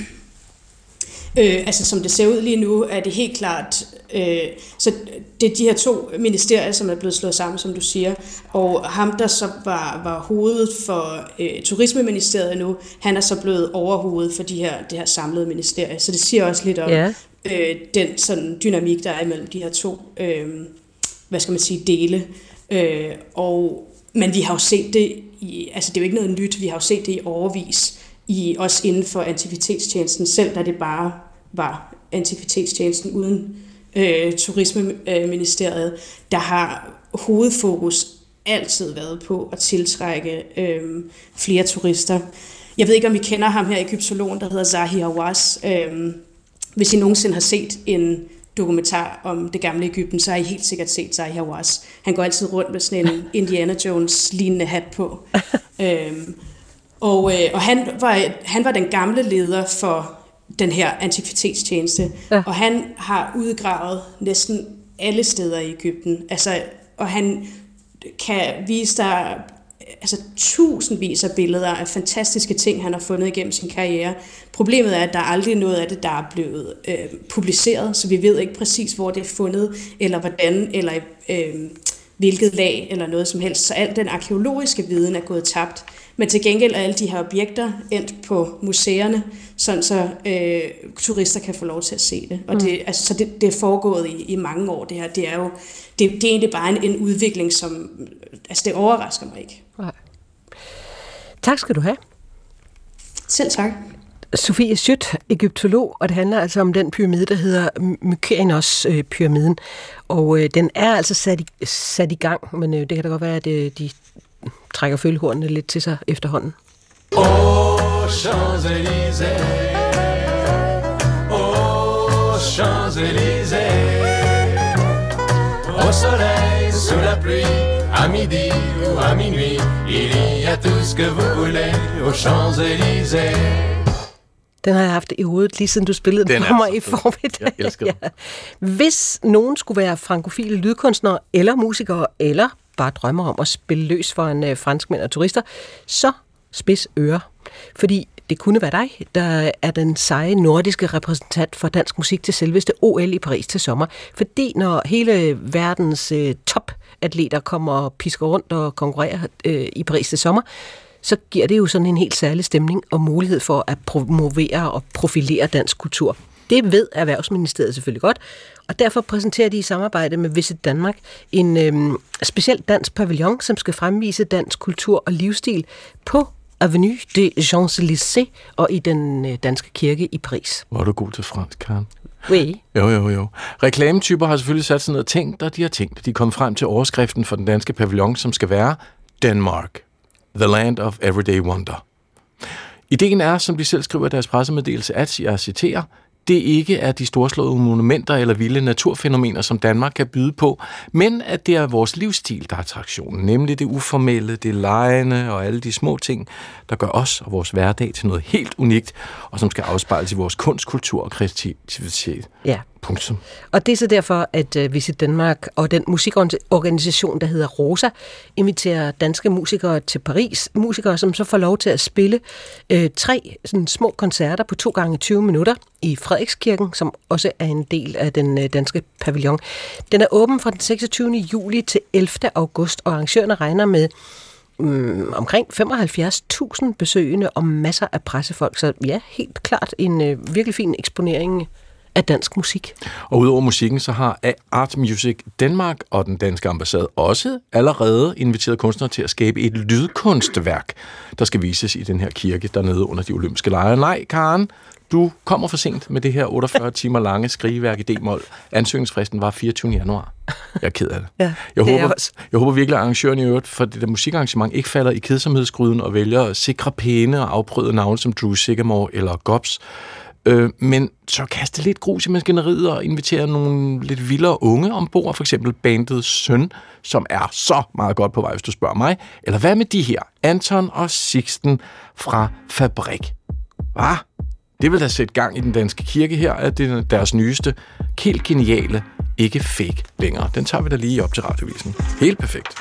Øh, altså som det ser ud lige nu, er det helt klart, øh, så det er de her to ministerier, som er blevet slået sammen, som du siger, og ham, der så var, var hovedet for øh, turismeministeriet nu, han er så blevet overhovedet for de her, det her samlede ministerie, så det siger også lidt om ja. øh, den sådan dynamik, der er imellem de her to, øh, hvad skal man sige, dele, øh, og, men vi har jo set det, i, altså det er jo ikke noget nyt, vi har jo set det i årevis, i også inden for antikvitetstjenesten, selv da det bare var antikvitetstjenesten uden øh, turismeministeriet, der har hovedfokus altid været på at tiltrække øh, flere turister. Jeg ved ikke, om I kender ham her, egyptologen, der hedder Zahi Hawass. Øh, hvis I nogensinde har set en dokumentar om det gamle Egypten, så har I helt sikkert set Zahi Hawass. Han går altid rundt med sådan en Indiana Jones-lignende hat på. øh, Og, øh, og han, var, han var den gamle leder for den her antikvitetstjeneste, ja. Og han har udgravet næsten alle steder i Egypten. Altså, og han kan vise dig altså, tusindvis af billeder af fantastiske ting, han har fundet igennem sin karriere. Problemet er, at der er aldrig noget af det, der er blevet øh, publiceret, så vi ved ikke præcis, hvor det er fundet, eller hvordan, eller øh, hvilket lag, eller noget som helst. Så al den arkeologiske viden er gået tabt. Men til gengæld er alle de her objekter endt på museerne, sådan så øh, turister kan få lov til at se det. Og det, mm. altså, så det, det er foregået i, i mange år, det her. Det er jo det, det er egentlig bare en, en udvikling, som altså, det overrasker mig ikke. Nej. Tak skal du have. Selv tak. Sofie Schødt, egyptolog, og det handler altså om den pyramide, der hedder Mykonos-pyramiden. Og øh, den er altså sat i, sat i gang, men øh, det kan da godt være, at øh, de trækker følehornene lidt til sig efterhånden. Aux Champs-Élysées, aux Champs-Élysées, au soleil, sous la pluie, à midi ou à minuit, il y a tout ce que vous voulez aux Champs-Élysées. Den har jeg haft i hovedet, lige siden du spillede den på mig i formiddag. Jeg elsker ja. Hvis nogen skulle være frankofile lydkunstnere, eller musikere, eller bare drømmer om at spille løs for en øh, franskmænd og turister, så spids ører. Fordi det kunne være dig, der er den seje nordiske repræsentant for dansk musik til selveste O L i Paris til sommer. Fordi når hele verdens øh, topatleter kommer og pisker rundt og konkurrerer øh, i Paris til sommer, så giver det jo sådan en helt særlig stemning og mulighed for at promovere og profilere dansk kultur. Det ved Erhvervsministeriet selvfølgelig godt, og derfor præsenterer de i samarbejde med Visit Danmark en øhm, speciel dansk pavillon, som skal fremvise dansk kultur og livsstil på Avenue des Champs-Élysées og i den øh, danske kirke i Paris. Hvor er du god til fransk, Karen? Oui. Jo, jo, jo. Reklametyper har selvfølgelig sat sig ned og tænkt, og de har tænkt. De kom frem til overskriften for den danske pavillon, som skal være Denmark, the land of everyday wonder. Ideen er, som de selv skriver i deres pressemeddelelse, at, jeg citerer, det ikke er de storslåede monumenter eller vilde naturfænomener, som Danmark kan byde på, men at det er vores livsstil, der er attraktionen, nemlig det uformelle, det legende og alle de små ting, der gør os og vores hverdag til noget helt unikt, og som skal afspejles i vores kunst, kultur og kreativitet. Ja. Punktum. Og det er så derfor, at uh, Visit Danmark og den musikorganisation, der hedder Rosa, inviterer danske musikere til Paris. Musikere, som så får lov til at spille uh, tre sådan, små koncerter på to gange tyve minutter i Frederikskirken, som også er en del af den uh, danske pavillon. Den er åben fra den seksogtyvende juli til ellevte august, og arrangørerne regner med um, omkring femoghalvfjerds tusind besøgende og masser af pressefolk. Så ja, helt klart en uh, virkelig fin eksponering af dansk musik. Og udover musikken, så har Art Music Danmark og den danske ambassade også allerede inviteret kunstnere til at skabe et lydkunstværk, der skal vises i den her kirke dernede under de olympiske lege. Nej, Karen, du kommer for sent med det her otteogfyrre timer lange skrigeværk i D-mol. Ansøgningsfristen var fireogtyvende januar. Jeg er ked af det. Ja, jeg, det håber, også. jeg håber virkelig, at arrangøren i øvrigt for det der musikarrangement ikke falder i kedsomhedsgryden og vælger at sikre pæne og afprøvede navne som Drew Sigamore eller Gobs. Øh, men så kaste lidt grus i maskineriet og invitere nogle lidt vildere unge ombord, for eksempel bandet Søn, som er så meget godt på vej, hvis du spørger mig. Eller hvad med de her? Anton og Sixten fra Fabrik. Hvad? Det vil da sætte gang i den danske kirke her, at det er deres nyeste, helt geniale, ikke fake længere. Den tager vi da lige op til radiovisen. Helt perfekt.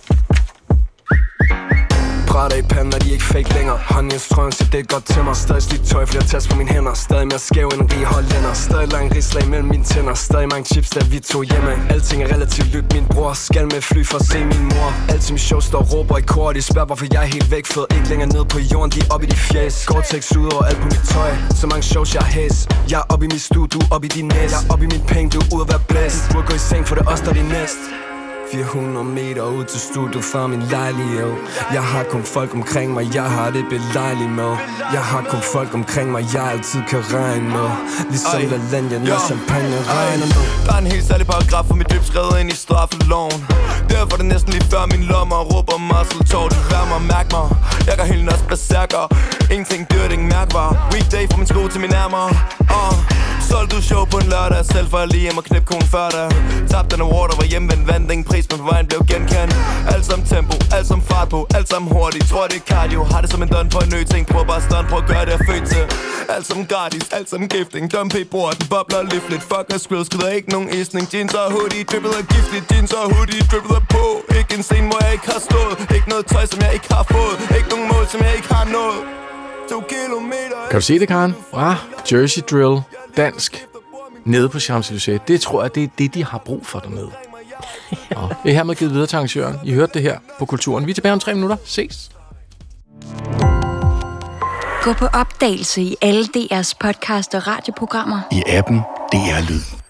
Brætter i panden, er de ikke fake længere. Hånden i en strøm, så det er godt til mig. Stadig slidt tøj, flere tas på mine hænder. Stadig mere skæv end en rig hollænder. Stadig lang rigslag mellem mine tænder. Stadig mange chips, der vi tog hjemme. Alting er relativt lyt, min bror skal med fly for at se min mor. Altid min show står og råber i kor. De spørger, hvorfor jeg er helt væk. Fed ikke længere ned på jorden, de er oppe i de fjæs. Gore-Tex ud over alt på mit tøj. Så mange shows, jeg hæs. Jeg er oppe i min stue, du er oppe i din næs. Jeg er oppe i min penge, du er ude at være blæst. Du burde gå i seng, for det er os, der er det næst. fire hundrede meter ud til studiet fra min lejlighed. Jeg har kun folk omkring mig, jeg har det belejligt med. Jeg har kun folk omkring mig, jeg altid kan regne med. Ligesom LaLandia, når champagne regner nu. Der er en helt særlig paragraf for mit løb skrevet ind i straffeloven. Derfor er det næsten lige før min lommer råber muscle tog. Det vær mig, mærk mig. Jeg går helt nødt berserker. Ingenting dyrt, ingen mærkvar. Weekday fra min sko til min ærmer. uh. Solgte du show på en lørdag, selv for lige hjem og knip konen før dig. Tabte den award og var hjemvendt, vandt ingen pris, men på vejen blev genkendt. Alt som tempo, alt som fart på, alt som hurtigt. Tror det er cardio, har det som en døgn på en ny ting. Prøv bare stund, prøv at gøre det jeg er født til. Alt som gratis, alt som gifting. Dum p-bord, den bobler livligt. Fuck og skrill, skrider ikke nogen isning. Jeans og hoodie, drippet og giftigt. Jeans og hoodie, drippet og på. Ikke en scene, hvor jeg ikke har stået. Ikke noget tøj, som jeg ikke har fået. Ikke nogen mål, som jeg ikke har nået. To kilometer. Kan du se det, Karen? Ah, Jersey Drill. Dansk. Nede på Champs-Élysées. Det tror jeg, det er det, de har brug for dernede. Og det er hermed givet videre til arrangøren. I hørte det her på Kulturen. Vi er tilbage om tre minutter. Ses. Gå på opdagelse i alle D R's podcast og radioprogrammer. I appen D R Lyd.